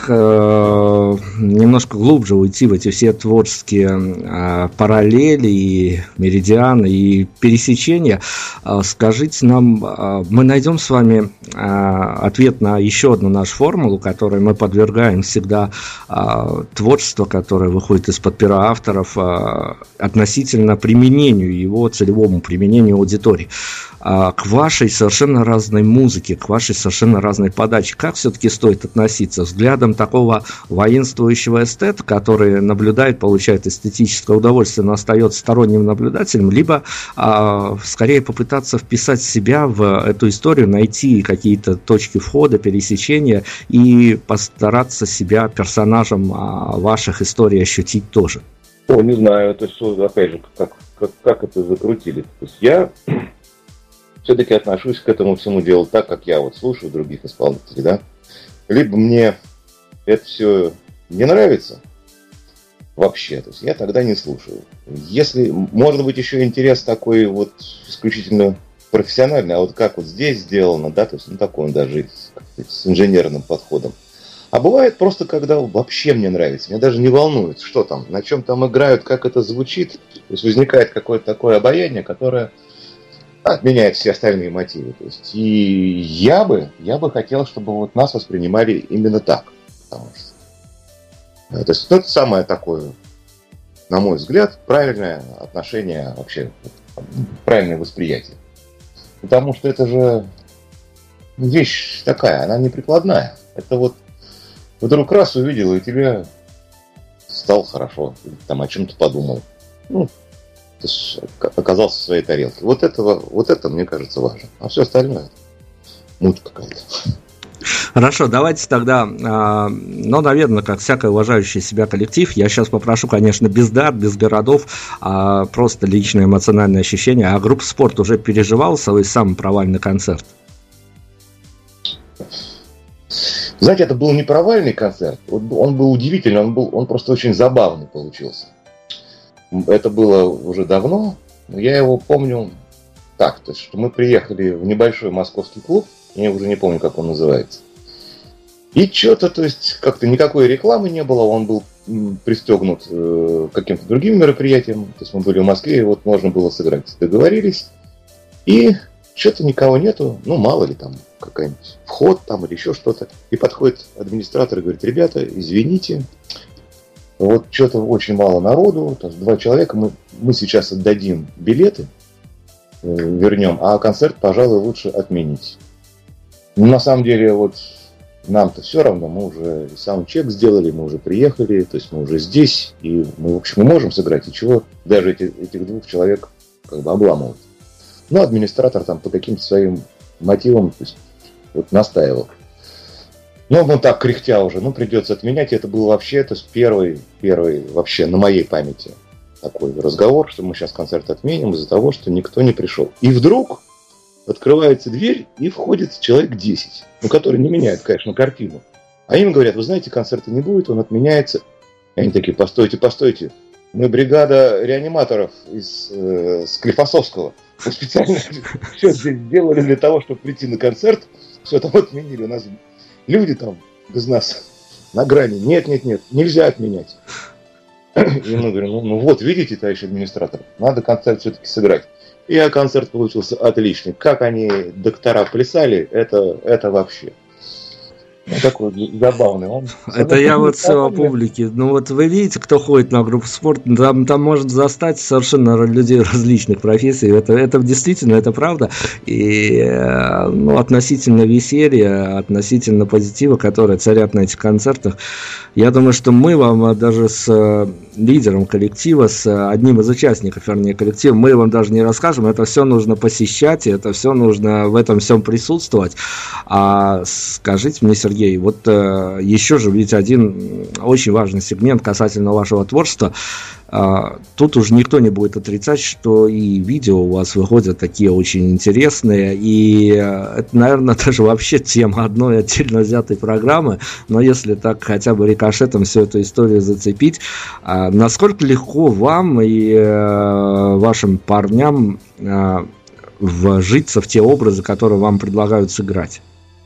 э, немножко глубже уйти в эти все творческие э, параллели и меридианы и пересечения, э, скажите нам, э, мы найдем с вами э, ответ на еще одну нашу формулу, которой мы подвергаем всегда э, творчество, которое выходит из-под пера авторов, э, относительно применению его, целевому применению аудитории. Э, к вашей совершенно разной музыке, к вашей совершенно разной подаче. Как все-таки стоит относиться? Взглядом такого воинствующего эстета, который наблюдает, получает эстетическое удовольствие, но остается сторонним наблюдателем, либо а, скорее попытаться вписать себя в эту историю, найти какие-то точки входа, пересечения и постараться себя персонажем а, ваших историй ощутить тоже? О, не знаю, то есть, опять же, как, как, как это закрутили. То есть я все-таки отношусь к этому всему делу так, как я вот слушаю других исполнителей, да. Либо мне это все не нравится вообще, то есть я тогда не слушаю. Если, может быть, еще интерес такой вот исключительно профессиональный, а вот как вот здесь сделано, да, то есть, ну, такой он даже с инженерным подходом. А бывает просто, когда вообще мне нравится, меня даже не волнует, что там, на чем там играют, как это звучит, то есть возникает какое-то такое обаяние, которое отменяет все остальные мотивы. То есть, и я бы, я бы хотел, чтобы вот нас воспринимали именно так. Потому что, то есть, ну, это самое такое на мой взгляд, правильное отношение вообще, правильное восприятие. Потому что это же вещь такая, она неприкладная. Это вот вдруг раз увидел, и тебе стало хорошо, или там о чем-то подумал. Ну, ты оказался в своей тарелке. Вот этого, вот это, мне кажется, важно. А все остальное муть какая-то. Хорошо, давайте тогда, э, ну, наверное, как всякий уважающий себя коллектив, я сейчас попрошу, конечно, без дат, без городов, а просто личное эмоциональное ощущение. А группа «Спорт» уже переживала свой самый провальный концерт? Знаете, это был не провальный концерт, он был удивительный, он, был, он просто очень забавный получился. Это было уже давно, но я его помню так, то есть, что мы приехали в небольшой московский клуб, я уже не помню, как он называется. И что-то, то есть, как-то никакой рекламы не было, он был пристегнут э, к каким-то другим мероприятиям. То есть мы были в Москве, и вот можно было сыграть. Договорились. И что-то никого нету, ну, мало ли там, какой-нибудь вход там или еще что-то. И подходит администратор и говорит: ребята, извините, вот что-то очень мало народу, то есть два человека, мы, мы сейчас отдадим билеты, э, вернем, а концерт, пожалуй, лучше отменить. Ну, на самом деле, вот нам-то все равно, мы уже саундчек сделали, мы уже приехали, то есть мы уже здесь, и мы, в общем, мы можем сыграть, и чего даже эти, этих двух человек как бы обламывать. Но администратор там по каким-то своим мотивам, то есть, вот, настаивал. Ну, он так кряхтя уже, ну, придется отменять, и это был вообще, то есть первый, первый вообще на моей памяти такой разговор, что мы сейчас концерт отменим из-за того, что никто не пришел. И вдруг открывается дверь, и входит человек десять, ну, которые не меняют, конечно, картину. А им говорят: вы знаете, концерта не будет, он отменяется. И они такие: постойте, постойте, мы бригада реаниматоров из э, Склифосовского. Мы специально все здесь сделали для того, чтобы прийти на концерт. Все там отменили. У нас люди там без нас на грани. Нет, нет, нет, нельзя отменять. И мы говорим: ну, ну вот, видите, товарищ администратор, надо концерт все-таки сыграть. И концерт получился отличный. Как они, доктора, плясали, это, это вообще. Ну, такой забавный. Он, это он, я вот все о публике. Ну вот вы видите, кто ходит на группу «Спорт», там, там может застать совершенно людей различных профессий. Это, это действительно, это правда. И ну, относительно веселья, относительно позитива, которые царят на этих концертах, я думаю, что мы вам даже с лидером коллектива, с одним из участников, вернее, коллектива, мы вам даже не расскажем. Это все нужно посещать, это все нужно в этом всем присутствовать. А скажите мне, Сергей, вот э, еще же ведь один очень важный сегмент касательно вашего творчества. Э, тут уже никто не будет отрицать, что и видео у вас выходят такие очень интересные. И э, это, наверное, даже вообще тема одной отдельно взятой программы. Но если так хотя бы рикошетом всю эту историю зацепить, э, насколько легко вам и э, вашим парням э, вжиться в те образы, которые вам предлагают сыграть?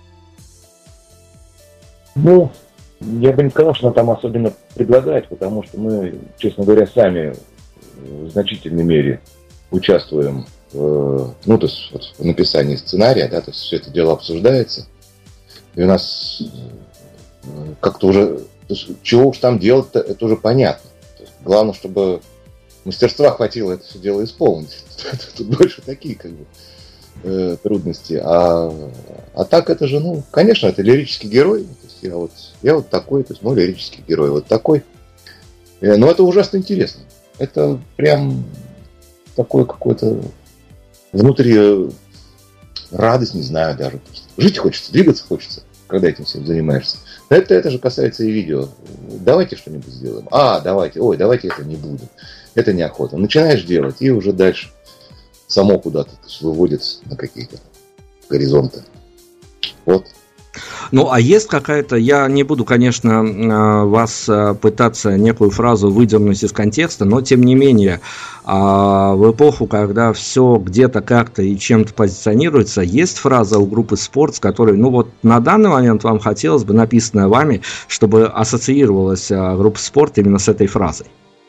Ну, я бы не сказал, что нам там особенно предлагать, потому что мы, честно говоря, сами в значительной мере участвуем в, ну, то есть, вот, в написании сценария, да, то есть все это дело обсуждается. И у нас как-то уже, то есть, чего уж там делать-то, это уже понятно. То есть, главное, чтобы мастерства хватило это все дело исполнить. Тут больше такие, как бы, э, трудности. А, а так это же, ну, конечно, это лирический герой. Я вот, я вот такой, то есть мой лирический герой вот такой. Но это ужасно интересно. Это прям такой какой-то внутри радость, не знаю даже. Жить хочется, двигаться хочется, когда этим всем занимаешься. Это, это же касается и видео. Давайте что-нибудь сделаем. А, давайте, ой, давайте это не будем. Это неохота. Начинаешь делать, и уже дальше само куда-то выводит на какие-то горизонты. Вот. Ну, а есть какая-то, я не буду, конечно, вас пытаться некую фразу выдернуть из контекста, но тем не менее, в эпоху, когда все где-то как-то и чем-то позиционируется, есть фраза у группы «Спорт», с которой, ну вот на данный момент вам хотелось бы, написанная вами, чтобы ассоциировалась группа «Спорт» именно с этой фразой?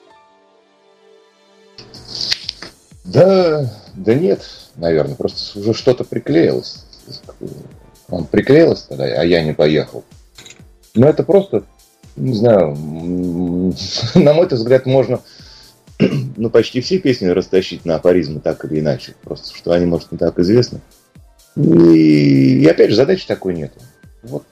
Да, да нет, наверное, просто уже что-то приклеилось. Он приклеилась тогда, а я не поехал. Но это просто, не знаю, на мой взгляд, можно ну, почти все песни растащить на афоризмы так или иначе. Просто что они, может, не так известны. И, и опять же, задачи такой нету. Вот.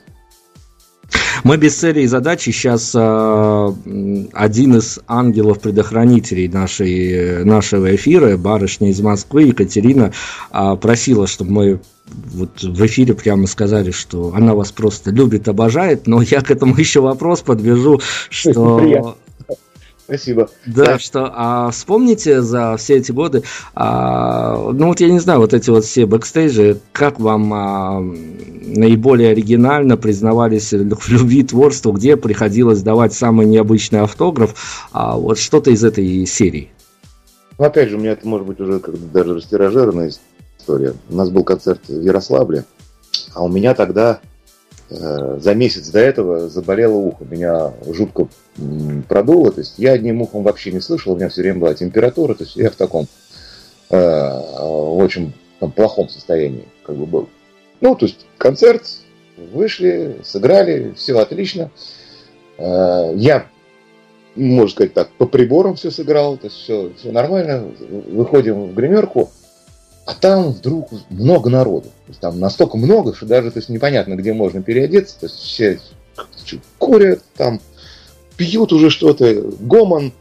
Мы без цели и задачи сейчас э, один из ангелов-предохранителей нашей, нашего эфира, барышня из Москвы, Екатерина, э, просила, чтобы мы вот в эфире прямо сказали, что она вас просто любит, обожает, но я к этому еще вопрос подвяжу, что... Приятно. Спасибо. Да, да, что а, вспомните за все эти годы, а, ну вот я не знаю, вот эти вот все бэкстейджи, как вам а, наиболее оригинально признавались в любви творству, где приходилось давать самый необычный автограф, а, вот что-то из этой серии. Ну, опять же, у меня это может быть уже как даже растиражированная история. У нас был концерт в Ярославле, а у меня тогда э, за месяц до этого заболело ухо. Меня жутко м, продуло. То есть я одним ухом вообще не слышал, у меня все время была температура. То есть я в таком э, очень там, плохом состоянии как бы был. Ну, то есть концерт, вышли, сыграли, все отлично. Э, я, можно сказать так, по приборам все сыграл, то есть все, все нормально. Выходим в гримерку. А там вдруг много народу. То есть там настолько много, что даже то есть, непонятно, где можно переодеться. То есть все курят, там пьют уже что-то, гомон.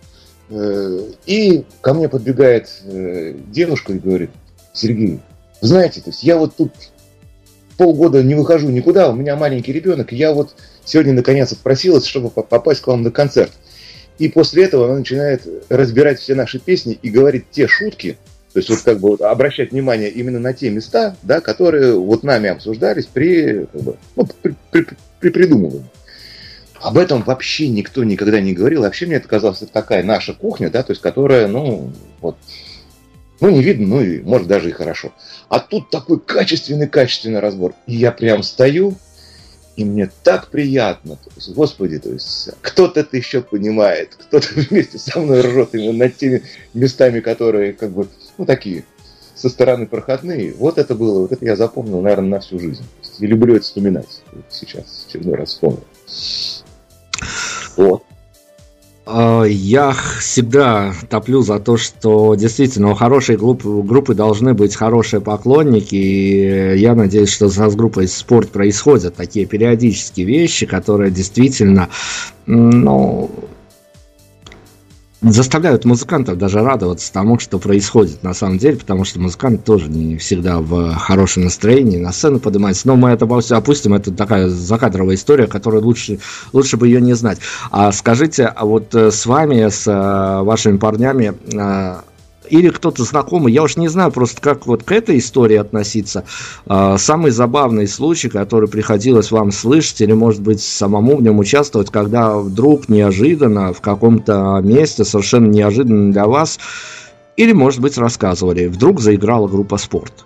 И ко мне подбегает девушка и говорит: Сергей, вы знаете, то есть я вот тут полгода не выхожу никуда, у меня маленький ребенок, и я вот сегодня наконец отпросилась, чтобы попасть к вам на концерт. И после этого она начинает разбирать все наши песни и говорит те шутки, то есть вот как бы вот обращать внимание именно на те места, да, которые вот нами обсуждались при, как бы, ну, при, при, при придумывании. Об этом вообще никто никогда не говорил. Вообще мне это казалось, это такая наша кухня, да, то есть которая, ну, вот, ну, не видно, ну, и может даже и хорошо. А тут такой качественный-качественный разбор. И я прям стою, и мне так приятно. То есть, Господи, то есть кто-то это еще понимает, кто-то вместе со мной ржет именно над теми местами, которые как бы, ну, такие, со стороны проходные. Вот это было, вот это я запомнил, наверное, на всю жизнь. То есть, я люблю это вспоминать. Вот сейчас очередной раз вспомнил. Вот. Я всегда топлю за то, что действительно у хорошей группы, группы должны быть хорошие поклонники, и я надеюсь, что с группой «Спорт» происходят такие периодические вещи, которые действительно, ну, заставляют музыкантов даже радоваться тому, что происходит на самом деле, потому что музыкант тоже не всегда в хорошем настроении на сцену поднимается. Но мы это опустим, это такая закадровая история, которую лучше, лучше бы ее не знать. А скажите, а вот с вами, с вашими парнями, или кто-то знакомый, я уж не знаю просто, как вот к этой истории относиться, самый забавный случай, который приходилось вам слышать, или, может быть, самому в нем участвовать, когда вдруг неожиданно в каком-то месте, совершенно неожиданно для вас, или, может быть, рассказывали, вдруг заиграла группа «Спорт».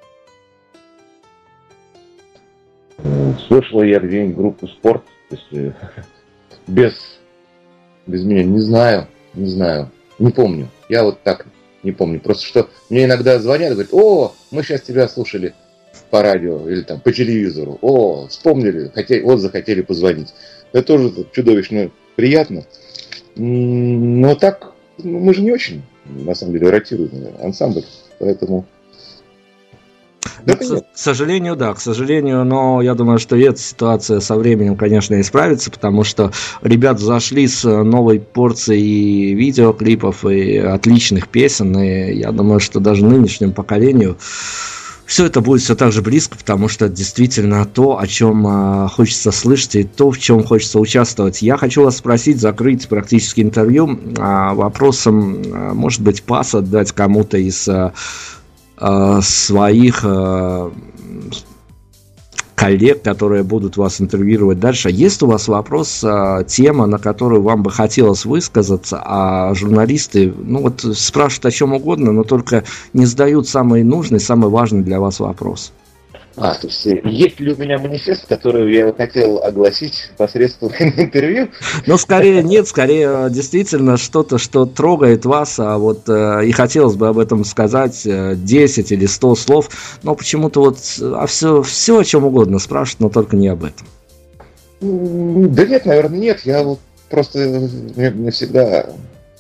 Слышал я где-нибудь группу «Спорт», то есть без, без меня, не знаю, не знаю, не помню. Я вот так не помню. Просто что мне иногда звонят и говорят: о, мы сейчас тебя слушали по радио или там по телевизору. О, вспомнили, хотели, вот захотели позвонить. Это тоже чудовищно приятно. Но так, мы же не очень, на самом деле, ротируем ансамбль. Поэтому... Да, к, к сожалению, да, к сожалению, но я думаю, что эта ситуация со временем, конечно, исправится, потому что ребята зашли с новой порцией видеоклипов и отличных песен, и я думаю, что даже нынешнему поколению все это будет все так же близко, потому что действительно то, о чем а, хочется слышать, и то, в чем хочется участвовать. Я хочу вас спросить, закрыть практически интервью а, вопросом, а, может быть, пас отдать кому-то из... А, своих э, коллег, которые будут вас интервьюировать дальше. Есть у вас вопрос, э, тема, на которую вам бы хотелось высказаться, а журналисты, ну вот, спрашивают о чем угодно, но только не задают самый нужный, самый важный для вас вопрос. А, то есть есть ли у меня манифест, который я хотел огласить посредством интервью? Ну, скорее нет, скорее действительно что-то, что трогает вас, а вот э, и хотелось бы об этом сказать э, десять или сто слов, но почему-то вот а все, все о чем угодно спрашивают, но только не об этом. Да нет, наверное, нет. Я вот просто, мне, мне всегда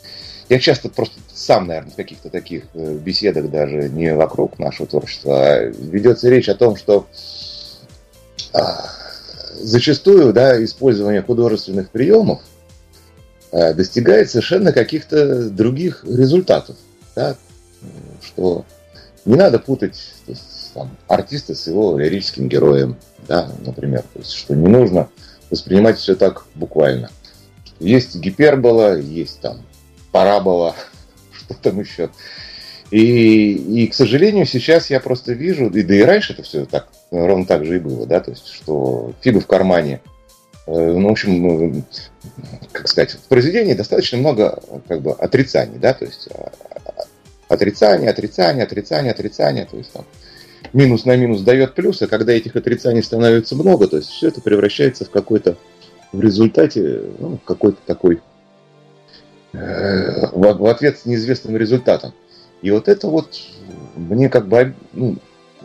я часто просто сам, наверное, в каких-то таких беседах, даже не вокруг нашего творчества, а ведется речь о том, что а, зачастую, да, использование художественных приемов а, достигает совершенно каких-то других результатов, да, что не надо путать, то есть, там, артиста с его лирическим героем, да, например, то есть, что не нужно воспринимать все так буквально. Есть гипербола, есть там парабола, что там еще. И, и, к сожалению, сейчас я просто вижу, и да и раньше это все так, ровно так же и было, да, то есть, что фига в кармане. Ну, в общем, как сказать, в произведении достаточно много как бы отрицаний, да, то есть отрицание, отрицание, отрицание, отрицание, то есть там минус на минус дает плюс, а когда этих отрицаний становится много, то есть все это превращается в какой-то, в результате, ну, какой-то такой, э, в, в ответ с неизвестным результатом. И вот это вот мне как бы, ну,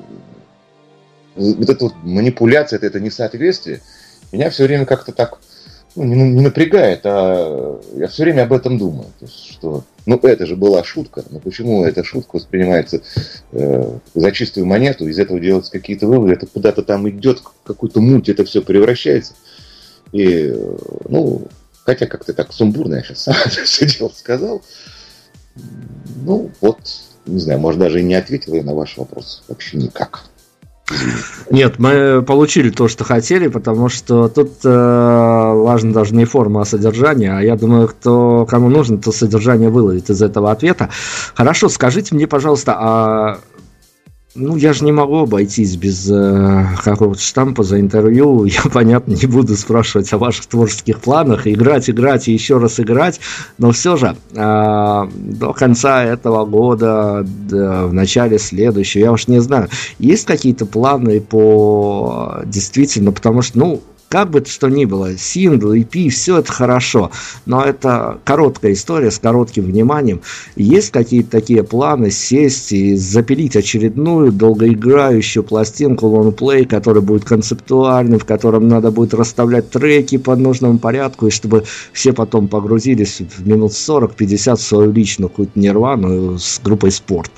вот эта вот манипуляция, это, это несоответствие, меня все время как-то так, ну, не, не напрягает, а я все время об этом думаю. То есть, что, ну, это же была шутка, но почему эта шутка воспринимается э, за чистую монету, из этого делаются какие-то выводы, это куда-то там идет, в какую-то муть это все превращается. И, ну, хотя как-то так сумбурно я сейчас сам это все дело сказал, ну, вот, не знаю, может, даже и не ответил я на ваш вопрос вообще никак. Нет, мы получили то, что хотели, потому что тут э, важно даже не форма, а содержание. А я думаю, кто, кому нужно, то содержание выловит из этого ответа. Хорошо, скажите мне, пожалуйста, а ну, я же не могу обойтись без э, какого-то штампа за интервью. Я, понятно, не буду спрашивать о ваших творческих планах. Играть, играть и еще раз играть. Но все же, э, до конца этого года, да, в начале следующего, я уж не знаю, есть какие-то планы по... Действительно, потому что, ну, как бы что ни было, сингл, и пи, все это хорошо, но это короткая история с коротким вниманием. Есть какие-то такие планы сесть и запилить очередную долгоиграющую пластинку лонгплей, который будет концептуальным, в котором надо будет расставлять треки по нужному порядку, и чтобы все потом погрузились в минут сорок-пятьдесят в свою личную какую-то нирвану с группой «Спорт»?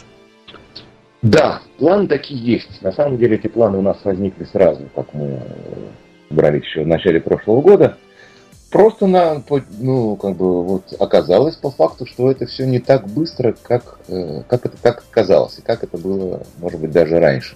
Да, планы такие есть. На самом деле эти планы у нас возникли сразу, как мы брали еще в начале прошлого года. Просто на, ну, как бы вот оказалось по факту, что это все не так быстро, как, как это как казалось, и как это было, может быть, даже раньше.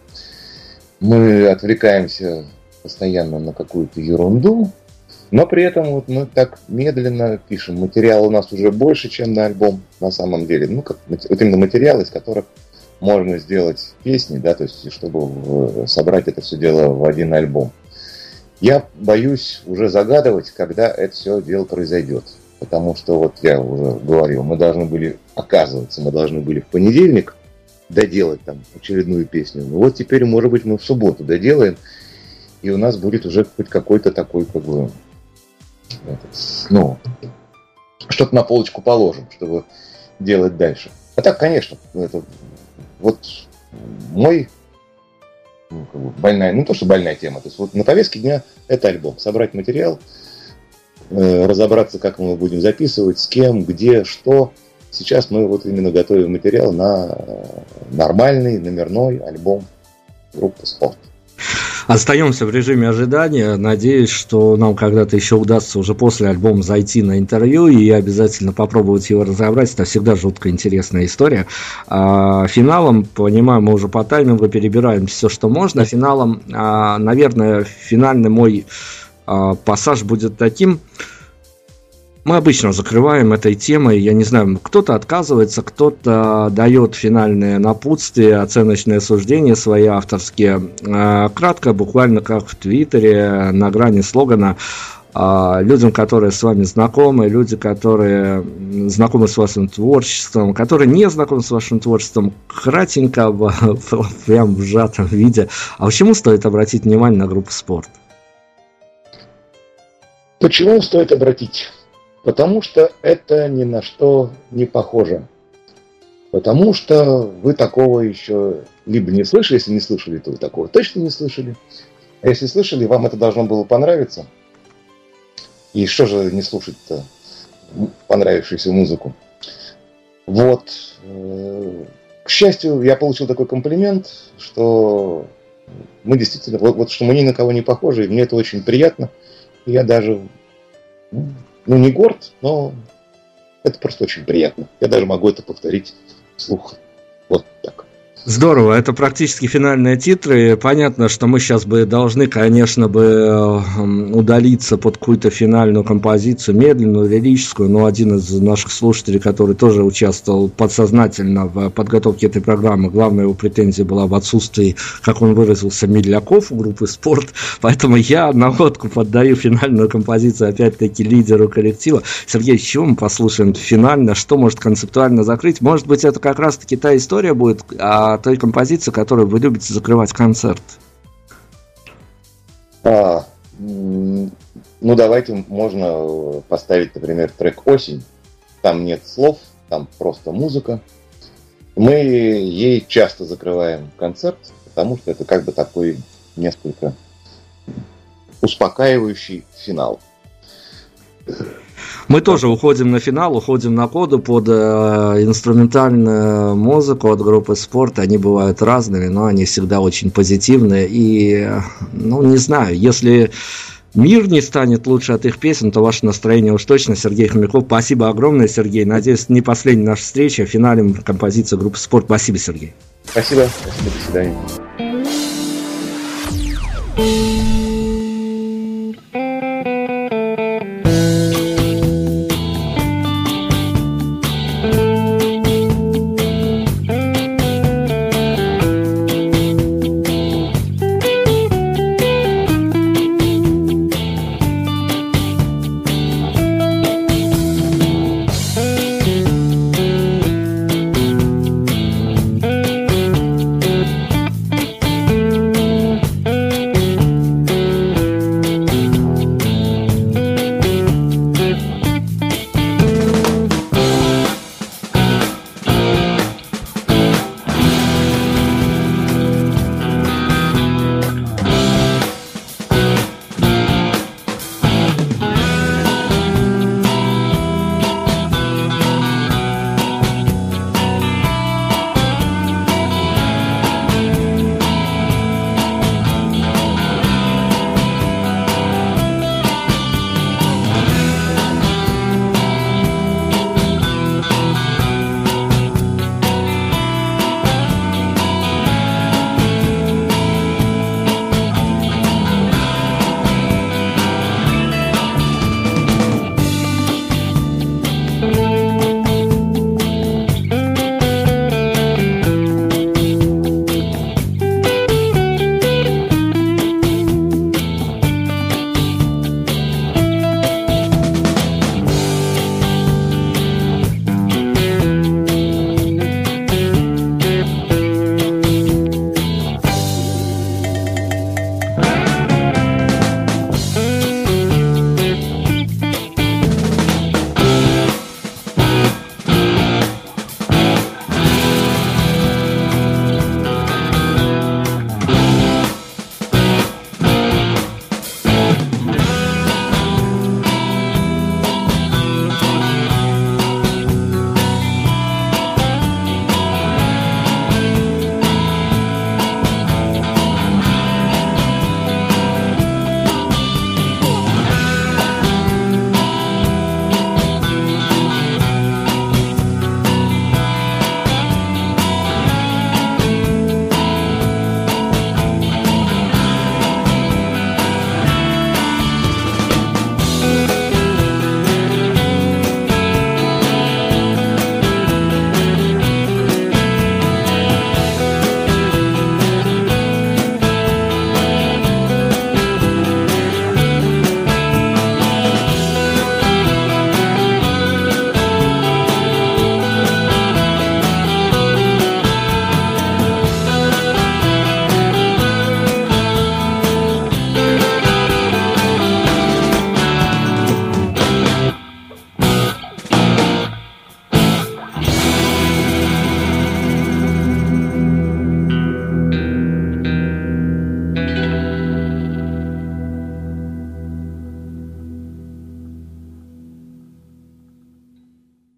Мы отвлекаемся постоянно на какую-то ерунду, но при этом вот мы так медленно пишем. Материал у нас уже больше, чем на альбом на самом деле. Ну, как, вот именно материал, из которых можно сделать песни, да, то есть, чтобы собрать это все дело в один альбом. Я боюсь уже загадывать, когда это все дело произойдет. Потому что, вот я уже говорил, мы должны были, оказывается, мы должны были в понедельник доделать там очередную песню. Ну вот теперь, может быть, мы в субботу доделаем, и у нас будет уже хоть какой-то такой, как бы, этот, ну, что-то на полочку положим, чтобы делать дальше. А так, конечно, это, вот мой... Ну, как бы больная, ну то, что больная тема. То есть вот на повестке дня это альбом. Собрать материал, э, разобраться, как мы его будем записывать, с кем, где, что. Сейчас мы вот именно готовим материал на нормальный номерной альбом группы «Спорт». Остаемся в режиме ожидания. Надеюсь, что нам когда-то еще удастся уже после альбома зайти на интервью и обязательно попробовать его разобрать. Это всегда жутко интересная история. А финалом, понимаю, мы уже по таймингу перебираем все, что можно. Финалом, а, наверное, финальный мой а, пассаж будет таким. Мы обычно закрываем этой темой, я не знаю, кто-то отказывается, кто-то дает финальное напутствие, оценочные суждения свои авторские. Кратко, буквально как в Твиттере, на грани слогана, людям, которые с вами знакомы, люди, которые знакомы с вашим творчеством, которые не знакомы с вашим творчеством, кратенько, прям в сжатом виде. А почему стоит обратить внимание на группу «Спорт»? Почему стоит обратить? Потому что это ни на что не похоже. Потому что вы такого еще либо не слышали, если не слышали, то вы такого точно не слышали. А если слышали, вам это должно было понравиться. И что же не слушать-то понравившуюся музыку? Вот. К счастью, я получил такой комплимент, что мы действительно, вот, вот что мы ни на кого не похожи, и мне это очень приятно. Я даже, ну, не горд, но это просто очень приятно. Я даже могу это повторить вслух. Вот так. Здорово, это практически финальные титры. Понятно, что мы сейчас бы должны, конечно, бы удалиться под какую-то финальную композицию, медленную, лирическую, но один из наших слушателей, который тоже участвовал подсознательно в подготовке этой программы, главная его претензия была в отсутствии, как он выразился, медляков у группы «Спорт», поэтому я наводку поддаю финальную композицию, опять-таки, лидеру коллектива. Сергей, с чего мы послушаем финально, что может концептуально закрыть? Может быть, это как раз-таки та история будет, а той композиции, которую вы любите закрывать концерт? А, ну, давайте можно поставить, например, трек «Осень». Там нет слов, там просто музыка. Мы ей часто закрываем концерт, потому что это как бы такой несколько успокаивающий финал. Мы тоже уходим на финал, уходим на коду под э, инструментальную музыку от группы «Спорт». Они бывают разными, но они всегда очень позитивные. И, ну, не знаю, если мир не станет лучше от их песен, то ваше настроение уж точно. Сергей Хомяков, спасибо огромное, Сергей. Надеюсь, не последняя наша встреча. Финалем композицию группы «Спорт». Спасибо, Сергей. Спасибо. Спасибо. До свидания.